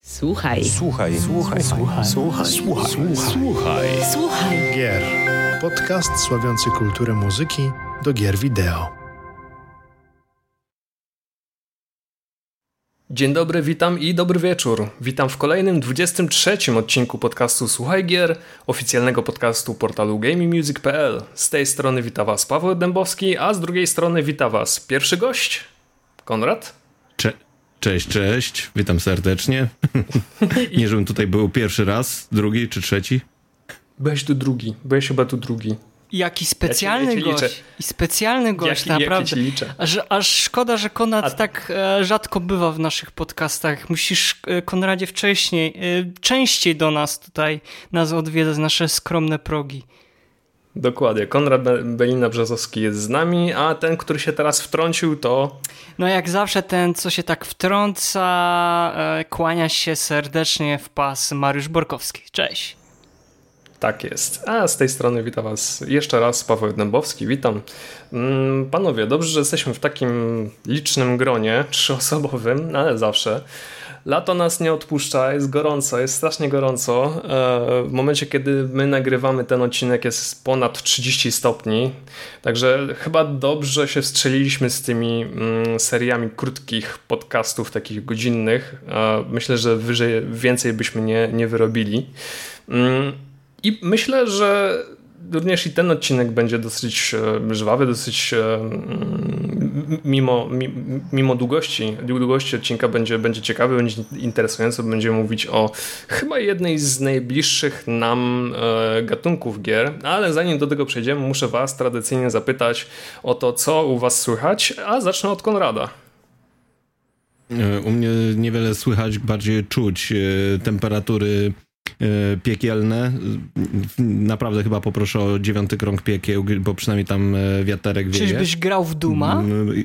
Słuchaj. Słuchaj. Słuchaj. Słuchaj. Słuchaj. Słuchaj. Słuchaj. Słuchaj. Gier. Podcast sławiący kulturę muzyki do gier wideo. Dzień dobry, witam i dobry wieczór. Witam w kolejnym 23. odcinku podcastu Słuchaj Gier, oficjalnego podcastu portalu GamingMusic.pl. Z tej strony wita Was Paweł Dębowski, a z drugiej strony wita Was pierwszy gość, Konrad. Cześć, witam serdecznie. Nie, żebym tutaj był pierwszy raz, drugi czy trzeci. Byłeś chyba tu drugi. Jaki specjalny gość. I specjalny gość, naprawdę. Aż szkoda, że Konrad tak rzadko bywa w naszych podcastach. Musisz, Konradzie, częściej do nas tutaj odwiedzać nasze skromne progi. Dokładnie. Konrad Belina-Brzozowski jest z nami, a ten, który się teraz wtrącił, to... No jak zawsze ten, co się tak wtrąca, kłania się serdecznie w pas Mariusz Borkowski. Cześć. Tak jest. A z tej strony witam Was jeszcze raz Paweł Dębowski. Witam. Panowie, dobrze, że jesteśmy w takim licznym gronie, 3-osobowym, ale zawsze. Lato nas nie odpuszcza, jest gorąco, jest strasznie gorąco. W momencie, kiedy my nagrywamy ten odcinek, jest ponad 30 stopni. Także chyba dobrze się wstrzeliliśmy z tymi seriami krótkich podcastów, takich godzinnych. Myślę, że więcej byśmy nie wyrobili. I myślę, że również i ten odcinek będzie dosyć żwawy, dosyć mimo długości odcinka będzie ciekawy, będzie interesujący. Będziemy mówić o chyba jednej z najbliższych nam gatunków gier, ale zanim do tego przejdziemy, muszę Was tradycyjnie zapytać o to, co u Was słychać, a zacznę od Konrada. U mnie niewiele słychać, bardziej czuć temperatury piekielne. Naprawdę chyba poproszę o 9 krąg piekieł, bo przynajmniej tam wiaterek wieje. Czyżbyś grał w Duma?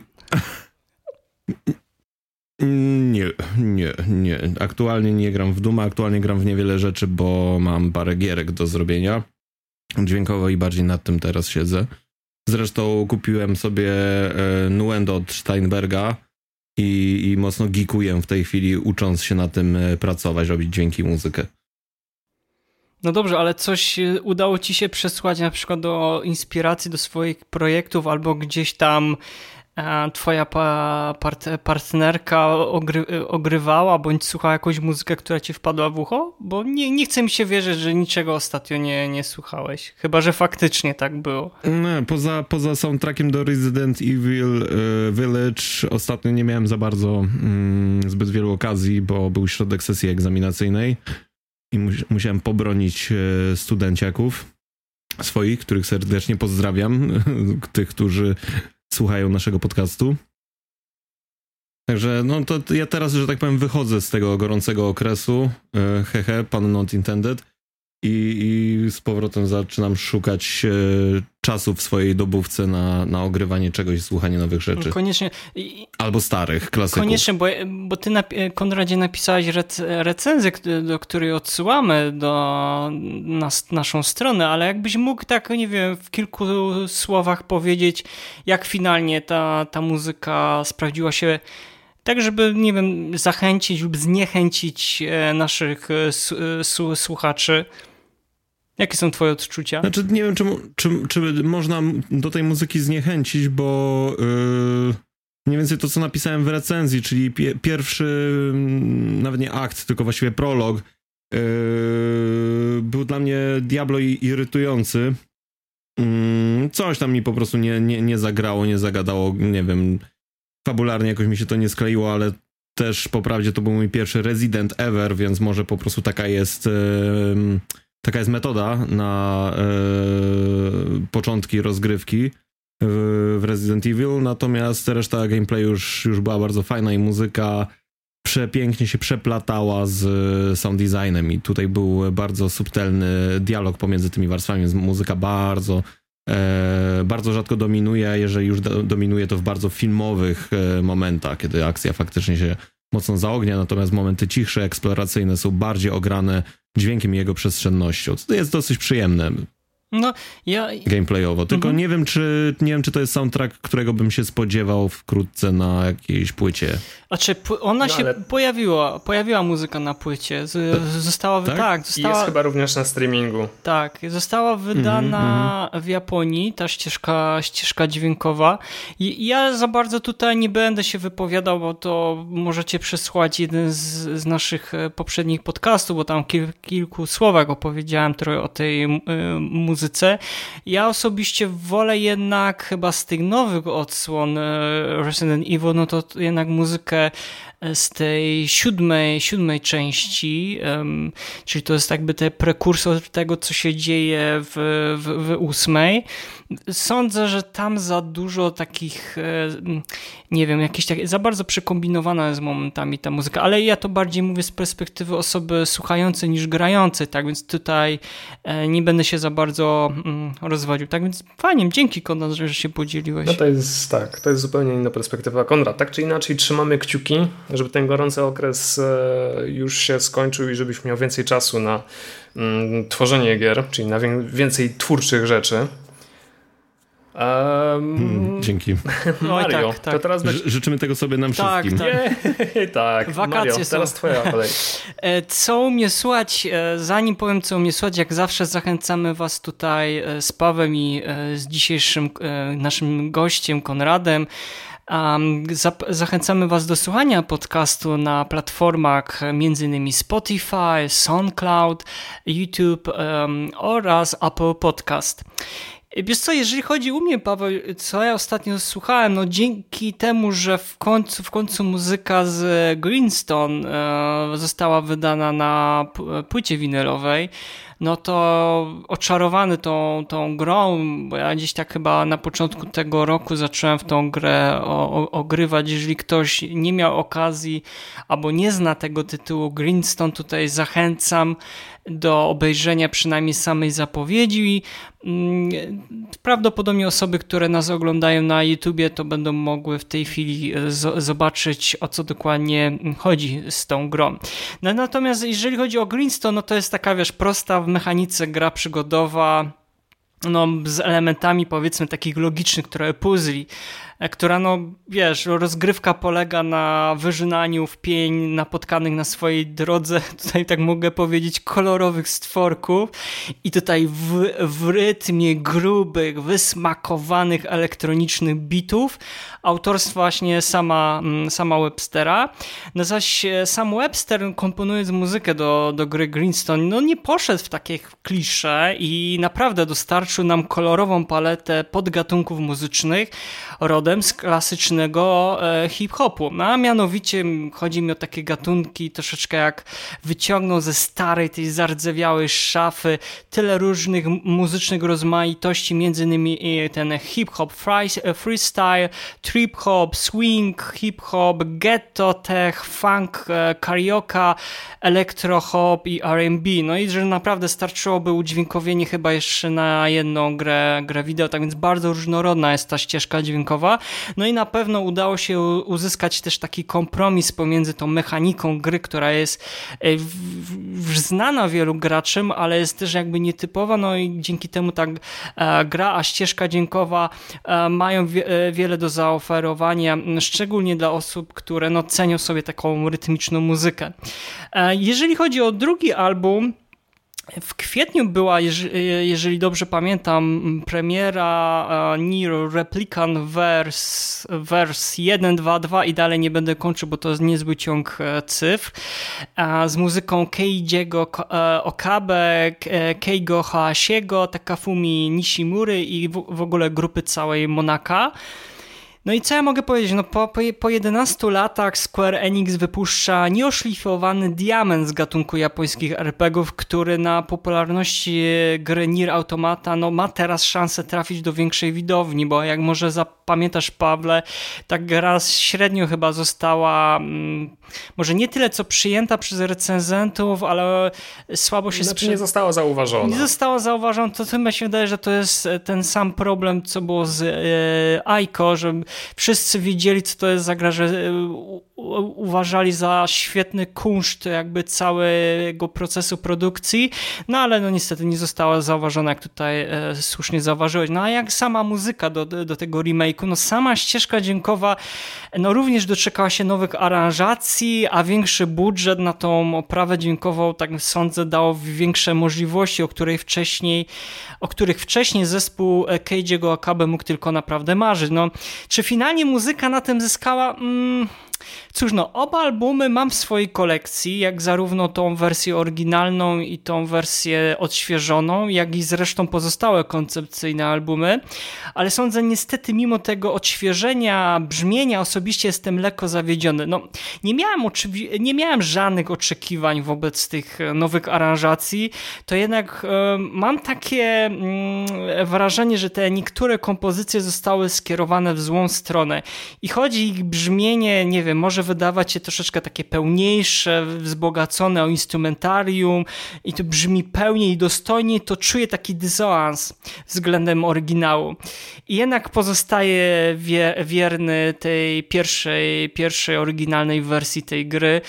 Nie. Aktualnie nie gram w Duma, aktualnie gram w niewiele rzeczy, bo mam parę gierek do zrobienia. Dźwiękowo i bardziej nad tym teraz siedzę. Zresztą kupiłem sobie Nuendo od Steinberga i mocno geekuję w tej chwili, ucząc się na tym pracować, robić dźwięki i muzykę. No dobrze, ale coś udało ci się przesłać na przykład do inspiracji do swoich projektów, albo gdzieś tam twoja partnerka ogrywała bądź słuchała jakąś muzykę, która ci wpadła w ucho? Bo nie chce mi się wierzyć, że niczego ostatnio nie słuchałeś. Chyba że faktycznie tak było. No, poza soundtrackiem do Resident Evil Village ostatnio nie miałem za bardzo zbyt wielu okazji, bo był środek sesji egzaminacyjnej i musiałem pobronić studenciaków swoich, których serdecznie pozdrawiam, tych, którzy słuchają naszego podcastu. Także no to ja teraz, że tak powiem, wychodzę z tego gorącego okresu, pan not intended, i z powrotem zaczynam szukać czasu w swojej dobówce na ogrywanie czegoś i słuchanie nowych rzeczy. Koniecznie. Albo starych klasyków. Koniecznie, bo ty, Konradzie, napisałeś recenzję, do której odsyłamy na naszą stronę, ale jakbyś mógł tak, nie wiem, w kilku słowach powiedzieć, jak finalnie ta muzyka sprawdziła się tak, żeby, nie wiem, zachęcić lub zniechęcić naszych słuchaczy. Jakie są twoje odczucia? Znaczy, nie wiem, czy można do tej muzyki zniechęcić, bo mniej więcej to, co napisałem w recenzji, czyli pierwszy, nawet nie akt, tylko właściwie prolog, był dla mnie diablo irytujący. Coś tam mi po prostu nie zagrało, nie zagadało, nie wiem, fabularnie jakoś mi się to nie skleiło, ale też po prawdzie to był mój pierwszy Resident ever, więc może po prostu taka jest metoda na początki rozgrywki w Resident Evil, natomiast reszta gameplayu już była bardzo fajna i muzyka przepięknie się przeplatała z sound designem i tutaj był bardzo subtelny dialog pomiędzy tymi warstwami, więc muzyka bardzo rzadko dominuje, a jeżeli już dominuje, to w bardzo filmowych momentach, kiedy akcja faktycznie się mocno zaognia, natomiast momenty cichsze, eksploracyjne są bardziej ograne dźwiękiem i jego przestrzennością. To jest dosyć przyjemne. No, gameplayowo. Tylko nie wiem, czy to jest soundtrack, którego bym się spodziewał wkrótce na jakiejś płycie. Znaczy, ona się pojawiła muzyka na płycie. Została I jest chyba również na streamingu. Tak, została wydana w Japonii, ta ścieżka dźwiękowa. I ja za bardzo tutaj nie będę się wypowiadał, bo to możecie przesłuchać jeden z naszych poprzednich podcastów, bo tam kilku słowach opowiedziałem trochę o tej muzyce. Ja osobiście wolę jednak chyba z tych nowych odsłon Resident Evil, no to jednak muzykę z tej siódmej części, czyli to jest jakby ten prekursor tego, co się dzieje w 8. Sądzę, że tam za dużo takich, nie wiem, za bardzo przekombinowana jest momentami ta muzyka, ale ja to bardziej mówię z perspektywy osoby słuchającej niż grającej, tak więc tutaj nie będę się za bardzo rozwodził. Tak więc fajnie, dzięki Konrad, że się podzieliłeś. No to jest zupełnie inna perspektywa. Konrad, tak czy inaczej trzymamy kciuki, żeby ten gorący okres już się skończył i żebyś miał więcej czasu na tworzenie gier, czyli na więcej twórczych rzeczy. Dzięki. Mario, tak. To teraz życzymy tego sobie nam wszystkim. Tak. Wakacje Mario, są. teraz twoja kolej. Co u mnie słuchać? Zanim powiem, co u mnie słuchać, jak zawsze zachęcamy was tutaj z Pawłem i z dzisiejszym naszym gościem Konradem. Zachęcamy was do słuchania podcastu na platformach m.in. Spotify, SoundCloud, YouTube oraz Apple Podcast. Wiesz co, jeżeli chodzi u mnie, Paweł, co ja ostatnio słuchałem, no dzięki temu, że w końcu muzyka z Greenstone została wydana na płycie winylowej, no to oczarowany tą grą, bo ja gdzieś tak chyba na początku tego roku zacząłem w tą grę ogrywać. Jeżeli ktoś nie miał okazji albo nie zna tego tytułu Greenstone, tutaj zachęcam do obejrzenia przynajmniej samej zapowiedzi. Prawdopodobnie osoby, które nas oglądają na YouTubie, to będą mogły w tej chwili zobaczyć, o co dokładnie chodzi z tą grą. No, natomiast jeżeli chodzi o Greenstone, no to jest taka, prosta w mechanice gra przygodowa, no, z elementami powiedzmy takich logicznych, trochę puzli, która, rozgrywka polega na wyżynaniu w pień napotkanych na swojej drodze, tutaj tak mogę powiedzieć, kolorowych stworków i tutaj w rytmie grubych, wysmakowanych elektronicznych bitów autorstwa właśnie sama Webstera. No zaś sam Webster, komponując muzykę do gry Greenstone, no nie poszedł w takie klisze i naprawdę dostarczył nam kolorową paletę podgatunków muzycznych rodem z klasycznego hip-hopu. A mianowicie chodzi mi o takie gatunki troszeczkę jak wyciągnął ze starej, tej zardzewiałej szafy tyle różnych muzycznych rozmaitości, między innymi ten hip-hop freestyle, trip-hop, swing, hip-hop, ghetto tech, funk, karaoke, electro-hop i R&B. No i że naprawdę starczyłoby udźwiękowienie chyba jeszcze na jedną grę wideo, tak więc bardzo różnorodna jest ta ścieżka dźwiękowa. No i na pewno udało się uzyskać też taki kompromis pomiędzy tą mechaniką gry, która jest znana wielu graczom, ale jest też jakby nietypowa, no i dzięki temu ta gra, a ścieżka dźwiękowa mają wiele do zaoferowania, szczególnie dla osób, które cenią sobie taką rytmiczną muzykę. Jeżeli chodzi o drugi album, w kwietniu była, jeżeli dobrze pamiętam, premiera Nier Replicant Verse 1, 2, 2 i dalej nie będę kończył, bo to jest niezły ciąg cyfr, z muzyką Keijiego Okabe, Keigo Haashiego, Takafumi Nishimury i w ogóle grupy całej Monaka. No i co ja mogę powiedzieć? No po 11 latach Square Enix wypuszcza nieoszlifowany diament z gatunku japońskich RPGów, który na popularności gry Nier Automata ma teraz szansę trafić do większej widowni, bo jak może pamiętasz, Pawle, ta gra średnio chyba została może nie tyle co przyjęta przez recenzentów, ale słabo się nie została zauważona. Nie została zauważona, to chyba się wydaje, że to jest ten sam problem, co było z Ico, że wszyscy wiedzieli, co to jest za gra, że uważali za świetny kunszt jakby całego procesu produkcji, no ale no niestety nie została zauważona, jak tutaj słusznie zauważyłeś. No a jak sama muzyka do tego remake'u, no sama ścieżka dźwiękowa no również doczekała się nowych aranżacji, a większy budżet na tą oprawę dźwiękową, tak sądzę, dał większe możliwości, o których wcześniej zespół Keiji'ego Akabe mógł tylko naprawdę marzyć. No, czy finalnie muzyka na tym zyskała? Cóż, no, oba albumy mam w swojej kolekcji, jak zarówno tą wersję oryginalną i tą wersję odświeżoną, jak i zresztą pozostałe koncepcyjne albumy, ale sądzę, niestety mimo tego odświeżenia brzmienia osobiście jestem lekko zawiedziony. No, nie miałem żadnych oczekiwań wobec tych nowych aranżacji, to jednak mam takie wrażenie, że te niektóre kompozycje zostały skierowane w złą stronę i chodzi ich brzmienie, nie wiem, może wydawać się troszeczkę takie pełniejsze, wzbogacone o instrumentarium i to brzmi pełniej i dostojniej, to czuję taki dysonans względem oryginału. I jednak pozostaję wierny tej pierwszej oryginalnej wersji tej gry.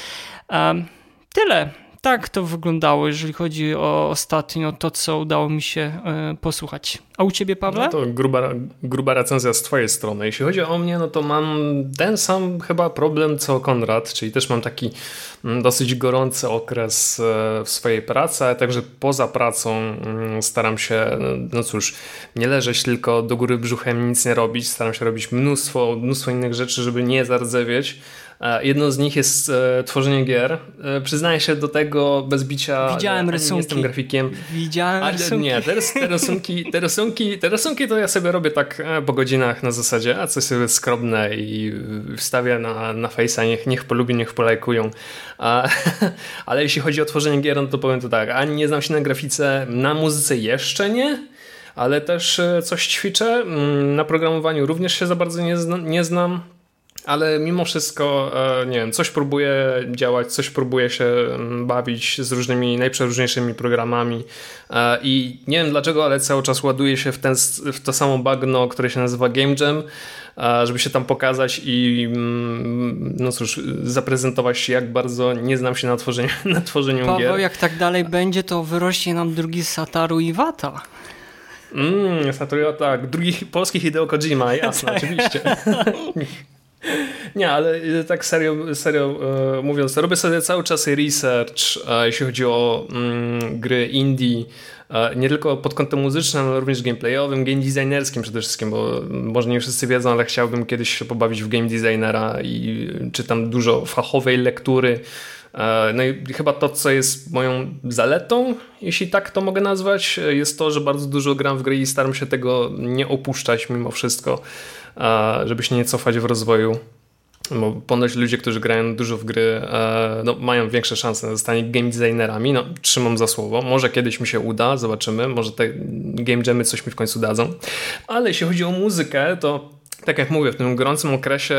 Tyle. Tak to wyglądało, jeżeli chodzi o ostatnio to, co udało mi się posłuchać. A u ciebie, Pawle? No to gruba recenzja z twojej strony. Jeśli chodzi o mnie, no to mam ten sam chyba problem co Konrad, czyli też mam taki dosyć gorący okres w swojej pracy, ale także poza pracą staram się, no cóż, nie leżeć tylko do góry brzuchem, nic nie robić. Staram się robić mnóstwo innych rzeczy, żeby nie zardzewieć. Jedną z nich jest tworzenie gier. Przyznaję się do tego bez bicia. Widziałem rysunki. Nie jestem grafikiem. Widziałem rysunki. Nie, te rysunki to ja sobie robię tak po godzinach na zasadzie, a coś sobie skrobne i wstawię na Face'a, niech polubią, niech polajkują. Ale jeśli chodzi o tworzenie gier, no to powiem to tak, ani nie znam się na grafice, na muzyce jeszcze nie, ale też coś ćwiczę. Na programowaniu również się za bardzo nie znam. Ale mimo wszystko, nie wiem, coś próbuję działać, coś próbuję się bawić z różnymi najprzeróżniejszymi programami i nie wiem dlaczego, ale cały czas ładuję się w to samo bagno, które się nazywa Game Jam, żeby się tam pokazać i no cóż, zaprezentować się, jak bardzo nie znam się na tworzeniu gier. Paweł, jak tak dalej będzie, to wyrośnie nam drugi Satoru Iwata. Satoru Iwata, tak, drugi polski Hideo Kojima, jasne, oczywiście. Nie, ale tak serio mówiąc, robię sobie cały czas research, jeśli chodzi o gry indie, nie tylko pod kątem muzycznym, ale również gameplayowym, game designerskim przede wszystkim, bo może nie wszyscy wiedzą, ale chciałbym kiedyś się pobawić w game designera i czytam dużo fachowej lektury. No i chyba to, co jest moją zaletą, jeśli tak to mogę nazwać, jest to, że bardzo dużo gram w gry i staram się tego nie opuszczać mimo wszystko, żeby się nie cofać w rozwoju. Bo ponoć ludzie, którzy grają dużo w gry, no, mają większe szanse na zostanie game designerami. No, trzymam za słowo. Może kiedyś mi się uda, zobaczymy. Może te game jamy coś mi w końcu dadzą. Ale jeśli chodzi o muzykę, to tak jak mówię, w tym gorącym okresie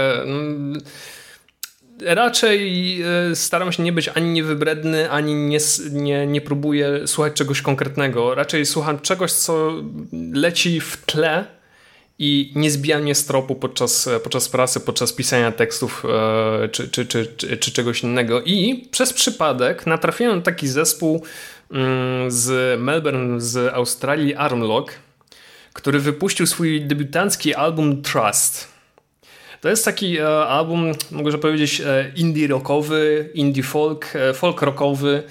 raczej staram się nie być ani niewybredny, ani nie próbuję słuchać czegoś konkretnego. Raczej słucham czegoś, co leci w tle i nie zbija mnie z tropu podczas pracy, podczas pisania tekstów czy czegoś innego. I przez przypadek natrafiłem na taki zespół z Melbourne, z Australii, Armlock, który wypuścił swój debiutancki album Trust. To jest taki album, mogę powiedzieć, indie rockowy, indie folk rockowy,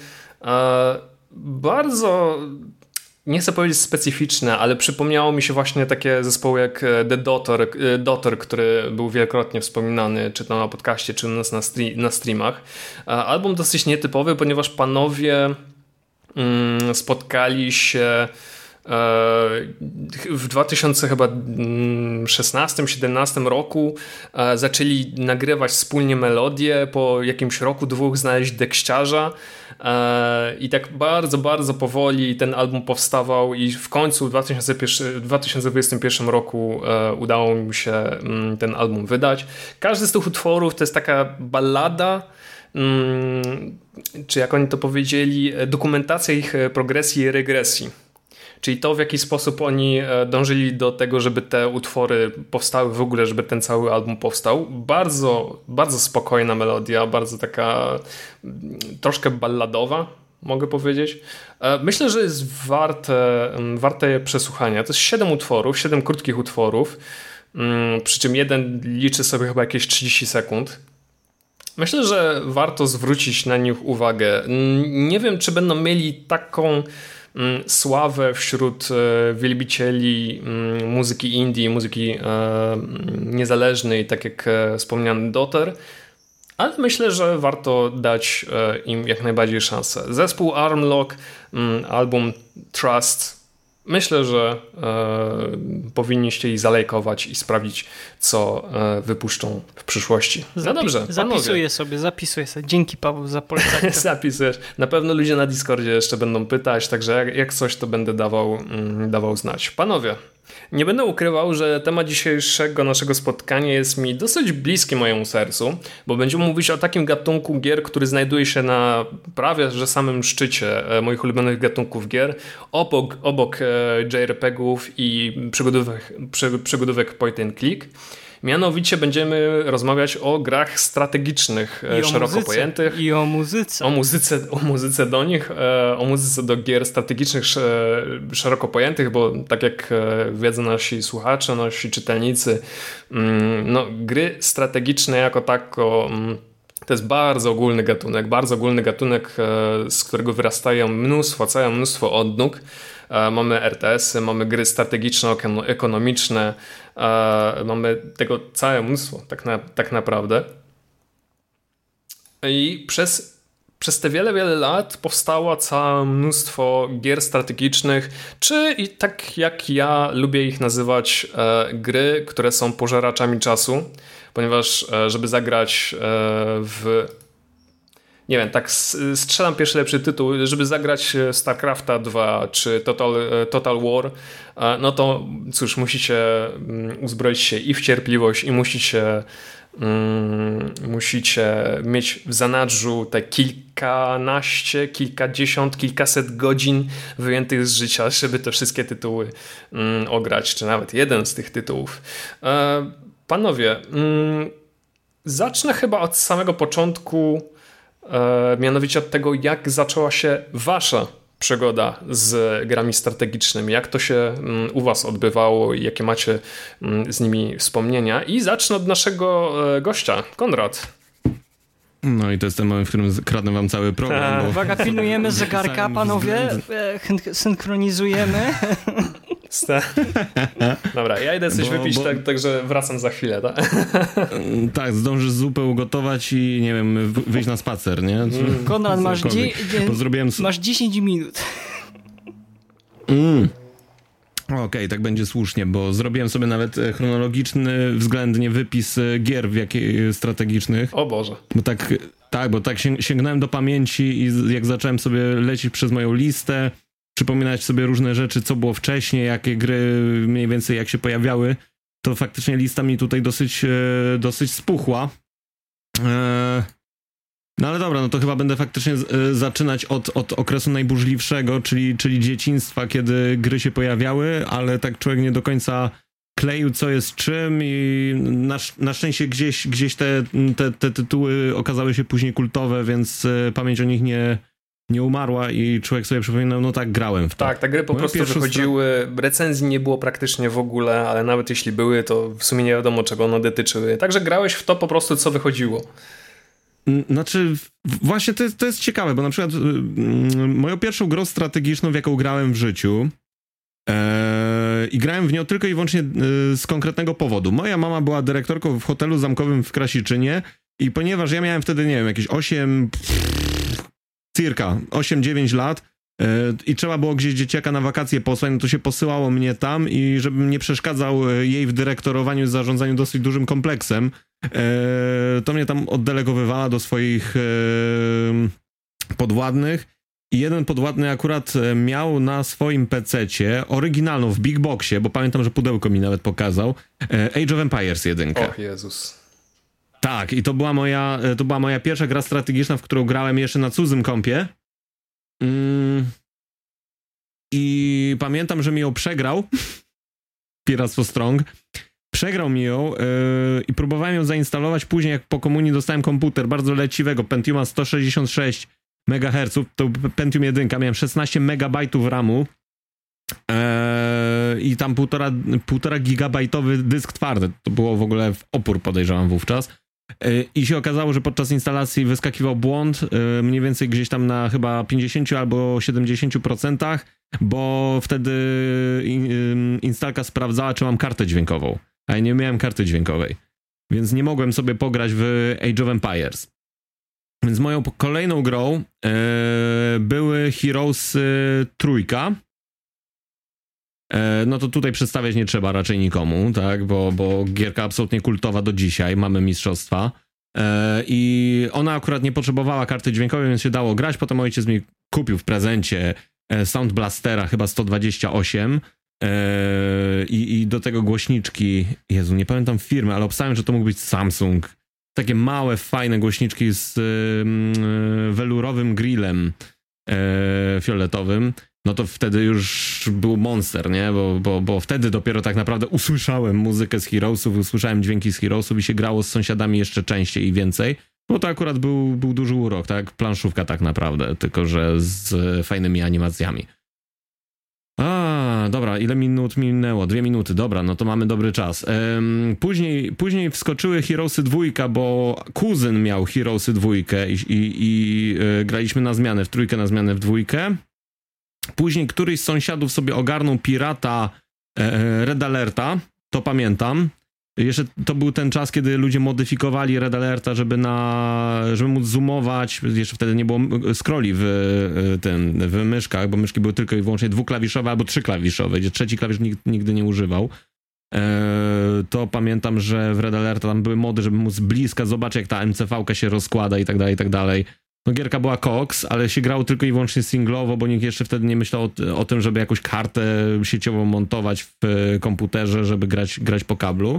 bardzo, nie chcę powiedzieć specyficzne, ale przypomniało mi się właśnie takie zespoły jak The Daughter, który był wielokrotnie wspominany, czy to na podcaście, czy u nas na streamach. Album dosyć nietypowy, ponieważ panowie spotkali się w 2016-17 roku zaczęli nagrywać wspólnie melodię, po jakimś roku, dwóch znaleźli tekściarza i tak bardzo, bardzo powoli ten album powstawał i w końcu w 2021 roku udało mi się ten album wydać. Każdy z tych utworów to jest taka ballada, czy jak oni to powiedzieli, dokumentacja ich progresji i regresji. Czyli to, w jaki sposób oni dążyli do tego, żeby te utwory powstały w ogóle, żeby ten cały album powstał. Bardzo, bardzo spokojna melodia, bardzo taka troszkę balladowa, mogę powiedzieć. Myślę, że jest warte przesłuchania. To jest 7 utworów, 7 krótkich utworów, przy czym jeden liczy sobie chyba jakieś 30 sekund. Myślę, że warto zwrócić na nich uwagę. Nie wiem, czy będą mieli taką sławę wśród wielbicieli muzyki indie, muzyki niezależnej, tak jak wspomniany Daughter, ale myślę, że warto dać im jak najbardziej szansę. Zespół Armlock, album Trust. Myślę, że powinniście ich zalajkować i sprawdzić, co wypuszczą w przyszłości. No dobrze, zapisuję sobie. Dzięki, Paweł, za polecenie. Zapisujesz. Na pewno ludzie na Discordzie jeszcze będą pytać, także jak coś, to będę dawał znać. Panowie, nie będę ukrywał, że temat dzisiejszego naszego spotkania jest mi dosyć bliski mojemu sercu, bo będziemy mówić o takim gatunku gier, który znajduje się na prawie że samym szczycie moich ulubionych gatunków gier, obok JRPG-ów i przygodówek point and click. Mianowicie będziemy rozmawiać o grach strategicznych, szeroko pojętych. I o muzyce. O muzyce do nich, o muzyce do gier strategicznych szeroko pojętych, bo tak jak wiedzą nasi słuchacze, nasi czytelnicy, no, gry strategiczne jako tako to jest bardzo ogólny gatunek, z którego wyrastają całe mnóstwo odnóg. Mamy RTS-y, mamy gry strategiczno-ekonomiczne, mamy tego całe mnóstwo tak naprawdę. I przez te wiele, wiele lat powstało całe mnóstwo gier strategicznych, czy i tak jak ja lubię ich nazywać, gry, które są pożeraczami czasu, ponieważ żeby zagrać nie wiem, tak strzelam pierwszy lepszy tytuł, żeby zagrać StarCrafta 2 czy Total War, no to cóż, musicie uzbroić się i w cierpliwość i musicie mieć w zanadrzu te kilkanaście, kilkadziesiąt, kilkaset godzin wyjętych z życia, żeby te wszystkie tytuły ograć, czy nawet jeden z tych tytułów. Panowie, zacznę chyba od samego początku, mianowicie od tego, jak zaczęła się wasza przygoda z grami strategicznymi, jak to się u was odbywało i jakie macie z nimi wspomnienia. I zacznę od naszego gościa, Konrad. No i to jest ten moment, w którym kradnę wam cały program. Uwaga, pilnujemy zegarka, panowie, synchronizujemy. Dobra, ja idę coś wypić, także wracam za chwilę. Tak, zdążysz zupę ugotować i nie wiem, wyjść na spacer, nie? Konrad, masz 10 minut. Okej, tak będzie słusznie, bo zrobiłem sobie nawet chronologiczny względnie wypis gier strategicznych. O Boże. Bo tak sięgnąłem do pamięci i jak zacząłem sobie lecieć przez moją listę, przypominać sobie różne rzeczy, co było wcześniej, jakie gry mniej więcej jak się pojawiały, to faktycznie lista mi tutaj dosyć spuchła. No ale dobra, no to chyba będę faktycznie zaczynać od okresu najburzliwszego, czyli dzieciństwa, kiedy gry się pojawiały, ale tak człowiek nie do końca kleił, co jest czym i na szczęście gdzieś te tytuły okazały się później kultowe, więc pamięć o nich nie umarła i człowiek sobie przypominał, no tak, grałem w to. Tak, te gry po prostu wychodziły, recenzji nie było praktycznie w ogóle, ale nawet jeśli były, to w sumie nie wiadomo, czego one dotyczyły. Także grałeś w to po prostu, co wychodziło. Znaczy, właśnie to jest ciekawe, bo na przykład moją pierwszą grą strategiczną, w jaką grałem w życiu, i grałem w nią tylko i wyłącznie z konkretnego powodu. Moja mama była dyrektorką w hotelu zamkowym w Krasiczynie i ponieważ ja miałem wtedy, nie wiem, jakieś 8-9 lat, i trzeba było gdzieś dzieciaka na wakacje posłać, no to się posyłało mnie tam i żebym nie przeszkadzał jej w dyrektorowaniu i zarządzaniu dosyć dużym kompleksem, to mnie tam oddelegowywała do swoich podwładnych i jeden podwładny akurat miał na swoim PC-cie oryginalną w Big Boxie, bo pamiętam, że pudełko mi nawet pokazał, Age of Empires 1. Och Jezus. Tak, i to była moja pierwsza gra strategiczna, w którą grałem jeszcze na cudzym kompie. I pamiętam, że mi ją przegrał Piractwo Strong. Przegrał mi ją i próbowałem ją zainstalować później, jak po komunii dostałem komputer bardzo leciwego, Pentiuma 166 MHz, to Pentium 1, miałem 16 MB RAMu i tam 1,5 gigabajtowy dysk twardy. To było w ogóle w opór, podejrzewam, wówczas. I się okazało, że podczas instalacji wyskakiwał błąd, mniej więcej gdzieś tam na chyba 50 albo 70%, bo wtedy instalka sprawdzała, czy mam kartę dźwiękową, a ja nie miałem karty dźwiękowej, więc nie mogłem sobie pograć w Age of Empires. Więc moją kolejną grą były Heroes trójka. No to tutaj przedstawiać nie trzeba raczej nikomu, tak, bo gierka absolutnie kultowa do dzisiaj, mamy mistrzostwa. I ona akurat nie potrzebowała karty dźwiękowej, więc się dało grać. Potem ojciec mi kupił w prezencie Sound Blastera, chyba 128 i do tego głośniczki, Jezu, nie pamiętam firmy, ale obstawiam, że to mógł być Samsung. Takie małe, fajne głośniczki z welurowym grillem fioletowym. No to wtedy już był monster, nie? Bo wtedy dopiero tak naprawdę usłyszałem muzykę z Heroesów, usłyszałem dźwięki z Heroesów i się grało z sąsiadami jeszcze częściej i więcej. Bo to akurat był duży urok, tak? Planszówka tak naprawdę, tylko że z fajnymi animacjami. Dobra, ile minut minęło? 2 minuty, dobra, no to mamy dobry czas. Później wskoczyły Heroesy 2, bo kuzyn miał Heroesy 2 i graliśmy na zmianę, w trójkę na zmianę w 2. Później któryś z sąsiadów sobie ogarnął pirata Red Alerta, to pamiętam. Jeszcze to był ten czas, kiedy ludzie modyfikowali Red Alerta, żeby móc zoomować. Jeszcze wtedy nie było scrolli w myszkach, bo myszki były tylko i wyłącznie dwuklawiszowe albo trzyklawiszowe, gdzie trzeci klawisz nikt nigdy nie używał. To pamiętam, że w Red Alerta tam były mody, żeby móc z bliska zobaczyć, jak ta MCV-ka się rozkłada i tak dalej, i tak dalej. No gierka była koks, ale się grało tylko i wyłącznie singlowo, bo nikt jeszcze wtedy nie myślał o tym, żeby jakąś kartę sieciową montować w komputerze, żeby grać po kablu.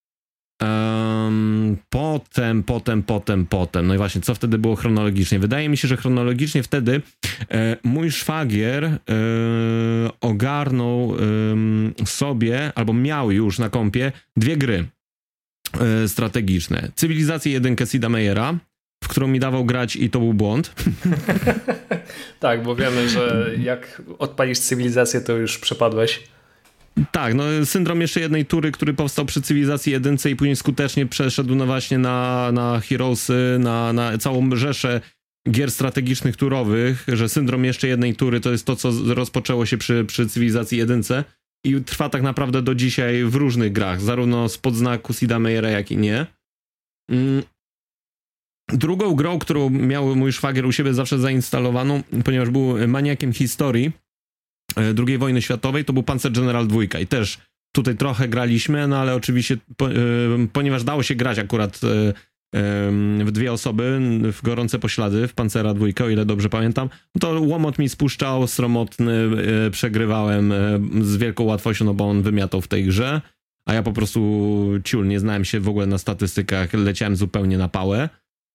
Potem. No i właśnie, co wtedy było chronologicznie? Wydaje mi się, że chronologicznie wtedy mój szwagier ogarnął sobie, albo miał już na kompie 2 gry strategiczne. Cywilizację 1 Sida Meiera, w którą mi dawał grać i to był błąd. Tak, bo wiemy, że jak odpalisz cywilizację, to już przepadłeś. Tak, no syndrom jeszcze jednej tury, który powstał przy cywilizacji 1 i później skutecznie przeszedł właśnie na Heroesy, na całą rzeszę gier strategicznych turowych, że syndrom jeszcze jednej tury to jest to, co rozpoczęło się przy cywilizacji 1 i trwa tak naprawdę do dzisiaj w różnych grach, zarówno z podznaku Sida Meiera, jak i nie. Drugą grą, którą miał mój szwagier u siebie zawsze zainstalowaną, ponieważ był maniakiem historii II wojny światowej, to był Panzer General 2 i też tutaj trochę graliśmy, no ale oczywiście ponieważ dało się grać akurat w 2 osoby w gorące poślady w Pancera 2, o ile dobrze pamiętam, to łomot mi spuszczał, sromotny, przegrywałem z wielką łatwością, no bo on wymiatał w tej grze, a ja po prostu ciul, nie znałem się w ogóle na statystykach, leciałem zupełnie na pałę.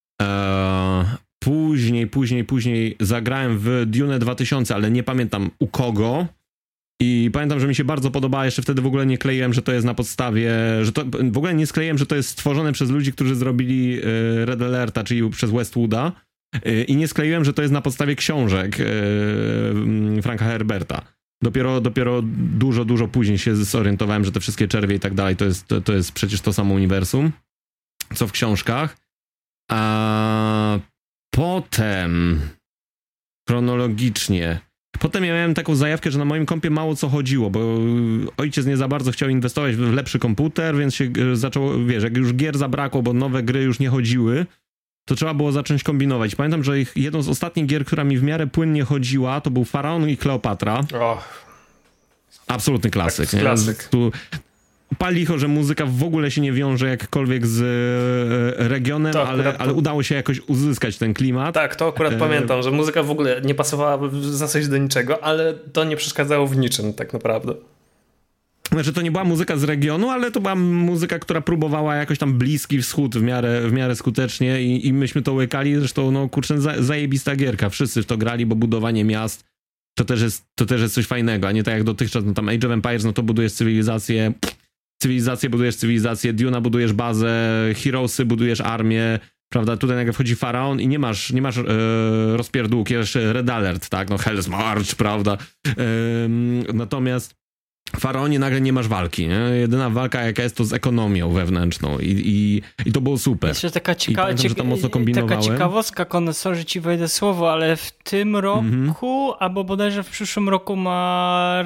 Później zagrałem w Dune 2000, ale nie pamiętam u kogo. I pamiętam, że mi się bardzo podobała. Jeszcze wtedy w ogóle nie kleiłem, że to jest na podstawie, w ogóle nie skleiłem, że to jest stworzone przez ludzi, którzy zrobili Red Alerta, czyli przez Westwooda. I nie skleiłem, że to jest na podstawie książek Franka Herberta. Dopiero dużo później się zorientowałem, że te wszystkie czerwie i tak dalej to jest przecież to samo uniwersum, co w książkach. A potem chronologicznie. Potem ja miałem taką zajawkę, że na moim kompie mało co chodziło, bo ojciec nie za bardzo chciał inwestować w lepszy komputer, więc się zaczęło, wiesz, jak już gier zabrakło, bo nowe gry już nie chodziły, to trzeba było zacząć kombinować. Pamiętam, że jedną z ostatnich gier, która mi w miarę płynnie chodziła, to był Faraon i Kleopatra. Absolutny klasyk. Tak, klasyk. Tu pal licho, że muzyka w ogóle się nie wiąże jakkolwiek z regionem, ale udało się jakoś uzyskać ten klimat. Tak, to akurat pamiętam, że muzyka w ogóle nie pasowała w zasadzie do niczego, ale to nie przeszkadzało w niczym tak naprawdę. Znaczy, to nie była muzyka z regionu, ale to była muzyka, która próbowała jakoś tam Bliski Wschód w miarę skutecznie i myśmy to łykali. Zresztą, no kurczę, zajebista gierka. Wszyscy w to grali, bo budowanie miast to też jest coś fajnego, a nie tak jak dotychczas. No tam Age of Empires, no to budujesz cywilizację, budujesz cywilizację, Duna budujesz bazę, Heroesy budujesz armię, prawda? Tutaj nagle wchodzi Faraon i nie masz rozpierdółki, jeszcze Red Alert, tak? No Hell's March, prawda? Natomiast w Faraonie nagle nie masz walki, nie? Jedyna walka jaka jest to z ekonomią wewnętrzną i to było super. Jeszcze taka ciekawostka, konesorzy ci wejdę słowo, ale w tym roku, albo bodajże w przyszłym roku ma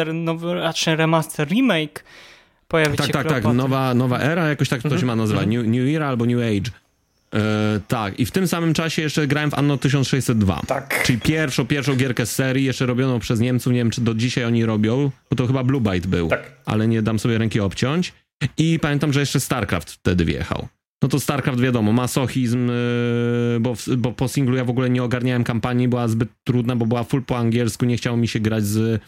remake pojawić się Tak, nowa era, jakoś tak to się ma nazywać, New Era albo New Age. Tak, i w tym samym czasie jeszcze grałem w Anno 1602. Tak. Czyli pierwszą gierkę z serii, jeszcze robioną przez Niemców, nie wiem czy do dzisiaj oni robią, bo to chyba Blue Byte był, tak. Ale nie dam sobie ręki obciąć. I pamiętam, że jeszcze StarCraft wtedy wjechał. No to StarCraft wiadomo, masochizm, bo po singlu ja w ogóle nie ogarniałem kampanii, była zbyt trudna, bo była full po angielsku, nie chciało mi się grać z...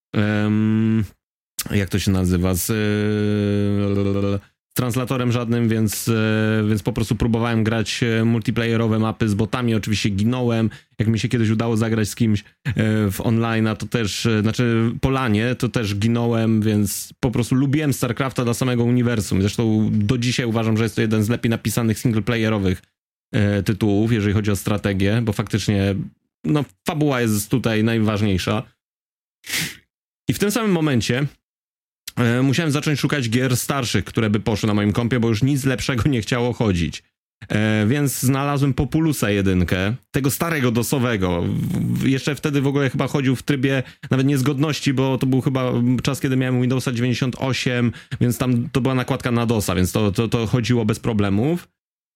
jak to się nazywa? Z translatorem żadnym, więc po prostu próbowałem grać multiplayerowe mapy z botami, oczywiście ginąłem, jak mi się kiedyś udało zagrać z kimś w online'a, to też, znaczy po lanie, to też ginąłem, więc po prostu lubiłem StarCrafta dla samego uniwersum, zresztą do dzisiaj uważam, że jest to jeden z lepiej napisanych singleplayerowych tytułów, jeżeli chodzi o strategię, bo faktycznie no fabuła jest tutaj najważniejsza. I w tym samym momencie musiałem zacząć szukać gier starszych, które by poszły na moim kompie, bo już nic lepszego nie chciało chodzić. Więc znalazłem Populusa 1, tego starego DOS-owego. Jeszcze wtedy w ogóle chyba chodził w trybie nawet niezgodności, bo to był chyba czas, kiedy miałem Windowsa 98, więc tam to była nakładka na DOS-a, więc to chodziło bez problemów.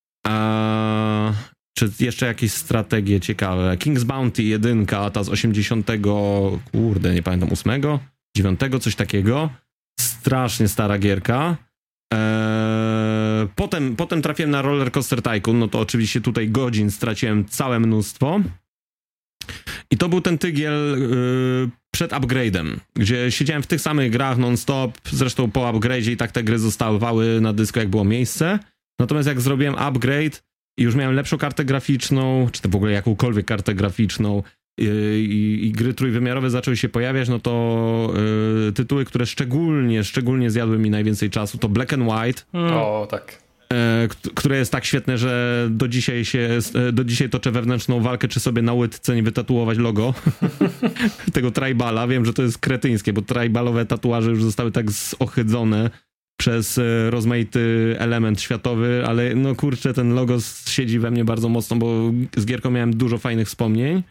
Czy jeszcze jakieś strategie ciekawe? King's Bounty 1, ta z 80, kurde, nie pamiętam, 8, 9, coś takiego. Strasznie stara gierka. Potem trafiłem na Roller Coaster Tycoon, no to oczywiście tutaj godzin straciłem całe mnóstwo. I to był ten tygiel przed upgrade'em, gdzie siedziałem w tych samych grach non-stop, zresztą po upgrade'zie i tak te gry zostawały na dysku, jak było miejsce. Natomiast jak zrobiłem upgrade i już miałem lepszą kartę graficzną, czy to w ogóle jakąkolwiek kartę graficzną, i gry trójwymiarowe zaczęły się pojawiać, no to tytuły, które szczególnie zjadły mi najwięcej czasu, to Black and White. O, tak. Które jest tak świetne, że do dzisiaj toczę wewnętrzną walkę, czy sobie na łydce nie wytatuować logo tego tribala. Wiem, że to jest kretyńskie, bo tribalowe tatuaże już zostały tak zohydzone przez rozmaity element światowy, ale no kurczę, ten logo siedzi we mnie bardzo mocno, bo z gierką miałem dużo fajnych wspomnień.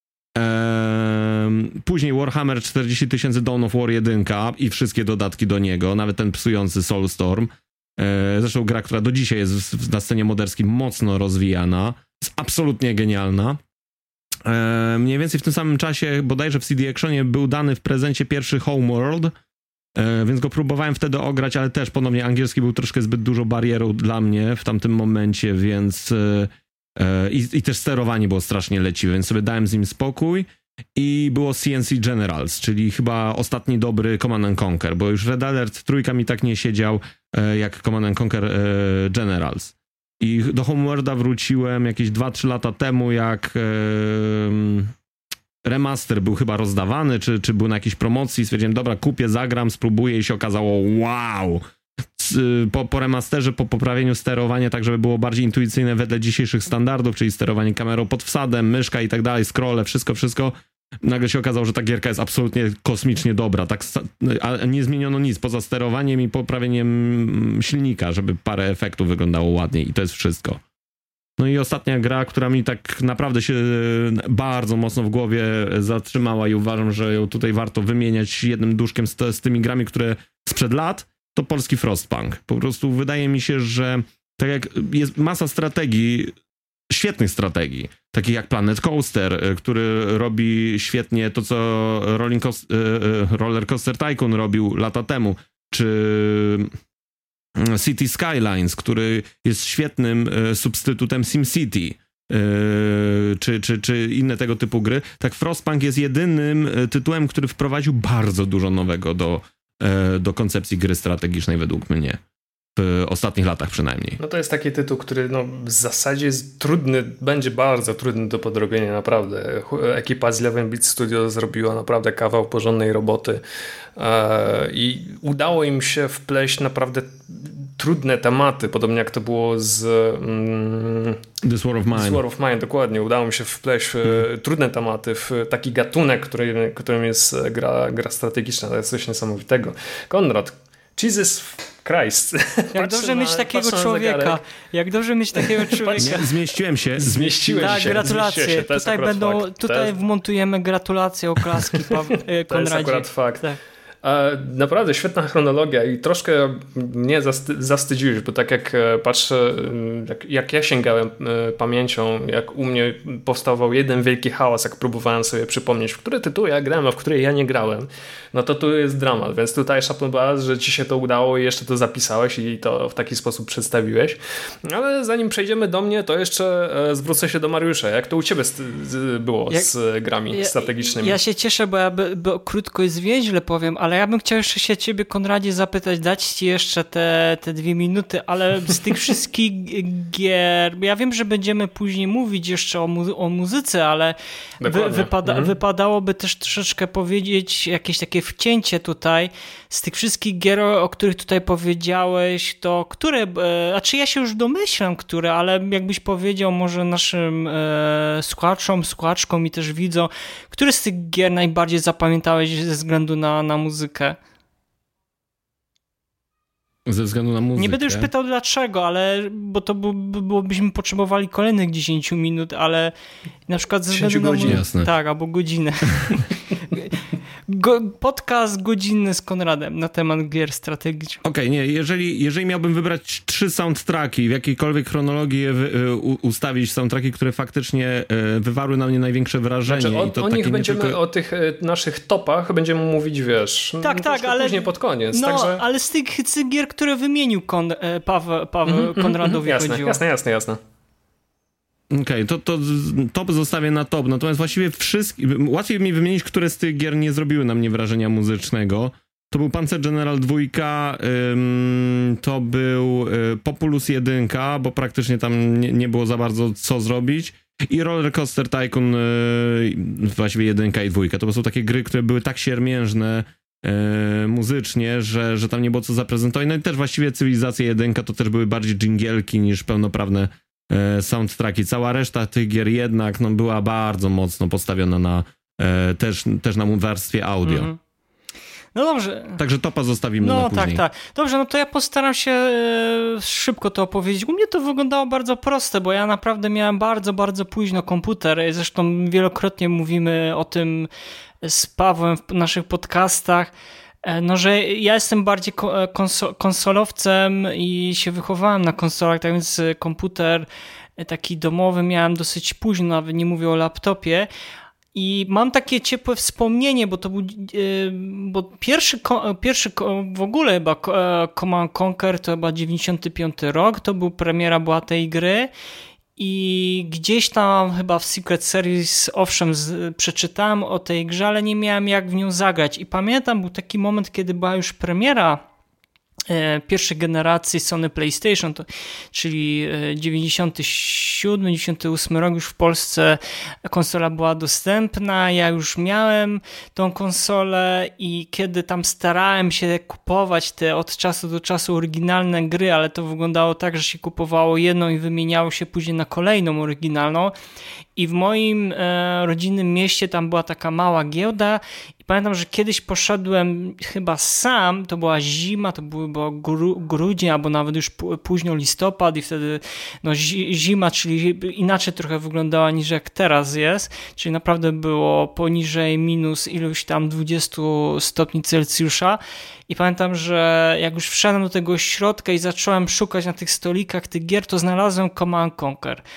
Później Warhammer 40 000 Dawn of War 1 i wszystkie dodatki do niego, nawet ten psujący Soulstorm. Zresztą gra, która do dzisiaj jest na scenie moderskiej mocno rozwijana, jest absolutnie genialna. Mniej więcej w tym samym czasie, bodajże w CD Actionie był dany w prezencie pierwszy Homeworld, więc go próbowałem wtedy ograć, ale też ponownie angielski był troszkę zbyt dużą barierą dla mnie w tamtym momencie, więc i też sterowanie było strasznie leciwe, więc sobie dałem z nim spokój. I było CNC Generals, czyli chyba ostatni dobry Command & Conquer, bo już Red Alert 3 mi tak nie siedział jak Command & Conquer Generals. I do Homeworlda wróciłem jakieś 2-3 lata temu, jak remaster był chyba rozdawany, czy był na jakiejś promocji. Stwierdziłem, dobra, kupię, zagram, spróbuję i się okazało, wow! Po remasterze, po poprawieniu sterowania, tak żeby było bardziej intuicyjne wedle dzisiejszych standardów, czyli sterowanie kamerą pod wsadem, myszka i tak dalej, scrolle, wszystko. Nagle się okazało, że ta gierka jest absolutnie kosmicznie dobra, a nie zmieniono nic poza sterowaniem i poprawieniem silnika, żeby parę efektów wyglądało ładniej i to jest wszystko. No i ostatnia gra, która mi tak naprawdę się bardzo mocno w głowie zatrzymała i uważam, że ją tutaj warto wymieniać jednym duszkiem z tymi grami, które sprzed lat, to polski Frostpunk. Po prostu wydaje mi się, że tak jak jest masa strategii świetnych strategii, takich jak Planet Coaster, który robi świetnie to, co Roller Coaster Tycoon robił lata temu, czy City Skylines, który jest świetnym substytutem SimCity, czy inne tego typu gry. Tak, Frostpunk jest jedynym tytułem, który wprowadził bardzo dużo nowego do koncepcji gry strategicznej według mnie. W ostatnich latach przynajmniej. No to jest taki tytuł, który w zasadzie jest trudny, będzie bardzo trudny do podrobienia naprawdę. Ekipa z 11-Bit Studio zrobiła naprawdę kawał porządnej roboty i udało im się wpleść naprawdę trudne tematy, podobnie jak to było z This War of Mine. This War of Mine, dokładnie. Udało mi się wpleść trudne tematy w taki gatunek, którym jest gra strategiczna. To jest coś niesamowitego. Konrad, Jesus Christ. Jak dobrze mieć takiego człowieka. Jak dobrze mieć takiego człowieka. Zmieściłeś się. Tak, gratulacje. Tutaj wmontujemy gratulacje, oklaski Konradzie. To jest akurat fakt. Tak. Naprawdę świetna chronologia i troszkę mnie zastydziłeś, bo tak jak patrzę, jak ja sięgałem pamięcią, jak u mnie powstawał jeden wielki hałas, jak próbowałem sobie przypomnieć, w które tytuły ja grałem, a w które ja nie grałem, no to tu jest dramat, więc tutaj chapeau bas, że ci się to udało i jeszcze to zapisałeś i to w taki sposób przedstawiłeś. Ale zanim przejdziemy do mnie, to jeszcze zwrócę się do Mariusza. Jak to u ciebie było z grami strategicznymi? Ja się cieszę, bo krótko i zwięźle powiem, ale ja bym chciał jeszcze się ciebie, Konradzie, zapytać, dać ci jeszcze te 2 minuty, ale z tych wszystkich gier, ja wiem, że będziemy później mówić jeszcze o muzyce, ale wypadałoby też troszeczkę powiedzieć jakieś takie wcięcie tutaj. Z tych wszystkich gier, o których tutaj powiedziałeś, to które, znaczy ja się już domyślam, które, ale jakbyś powiedział może naszym słuchaczkom i też widzom, który z tych gier najbardziej zapamiętałeś ze względu na muzykę? Ze względu na muzykę? Nie będę już pytał dlaczego, ale bo to byśmy potrzebowali kolejnych 10 minut, ale na przykład ze względu na muzykę. Tak, albo godzinę. Podcast godzinny z Konradem na temat gier strategicznych. Okej, nie, jeżeli miałbym wybrać 3 soundtracki, w jakiejkolwiek chronologii ustawić soundtracki, które faktycznie wywarły na mnie największe wrażenie. Znaczy, i to o nich będziemy, tylko... o tych naszych topach będziemy mówić, wiesz, tak, ale później pod koniec. No, także... ale z tych gier, które wymienił Paweł Konradowi chodziło. Jasne. Okej, to top zostawię na top, natomiast właściwie łatwiej mi wymienić, które z tych gier nie zrobiły na mnie wrażenia muzycznego. To był Panzer General 2, to był Populous 1, bo praktycznie tam nie było za bardzo co zrobić, i Roller Coaster Tycoon, właściwie 1 i 2. To są takie gry, które były tak siermiężne muzycznie, że tam nie było co zaprezentować. No i też właściwie Cywilizacja 1 to też były bardziej dżingielki niż pełnoprawne soundtracki. Cała reszta tych gier jednak była bardzo mocno postawiona też na warstwie audio. Mm-hmm. No dobrze. Także topa zostawimy na później. Tak. Dobrze, no to ja postaram się szybko to opowiedzieć. U mnie to wyglądało bardzo proste, bo ja naprawdę miałem bardzo, bardzo późno komputer. Zresztą wielokrotnie mówimy o tym z Pawłem w naszych podcastach. No, że ja jestem bardziej konsolowcem i się wychowałem na konsolach, tak więc komputer taki domowy miałem dosyć późno, nawet nie mówię o laptopie. I mam takie ciepłe wspomnienie, bo to był pierwszy w ogóle chyba Command Conquer to chyba 95 rok, to był premiera była tej gry. I gdzieś tam chyba w Secret Series, owszem, przeczytałem o tej grze, ale nie miałem jak w nią zagrać. I pamiętam, był taki moment, kiedy była już premiera pierwszej generacji Sony PlayStation, czyli 97-98 rok już w Polsce konsola była dostępna, ja już miałem tą konsolę i kiedy tam starałem się kupować te od czasu do czasu oryginalne gry, ale to wyglądało tak, że się kupowało jedną i wymieniało się później na kolejną oryginalną i w moim rodzinnym mieście tam była taka mała giełda. Pamiętam, że kiedyś poszedłem chyba sam, to była zima, to był grudzień albo nawet już późno listopad i wtedy zima, czyli inaczej trochę wyglądała niż jak teraz jest, czyli naprawdę było poniżej minus iluś tam 20 stopni Celsjusza i pamiętam, że jak już wszedłem do tego środka i zacząłem szukać na tych stolikach tych gier, to znalazłem Command Conquer.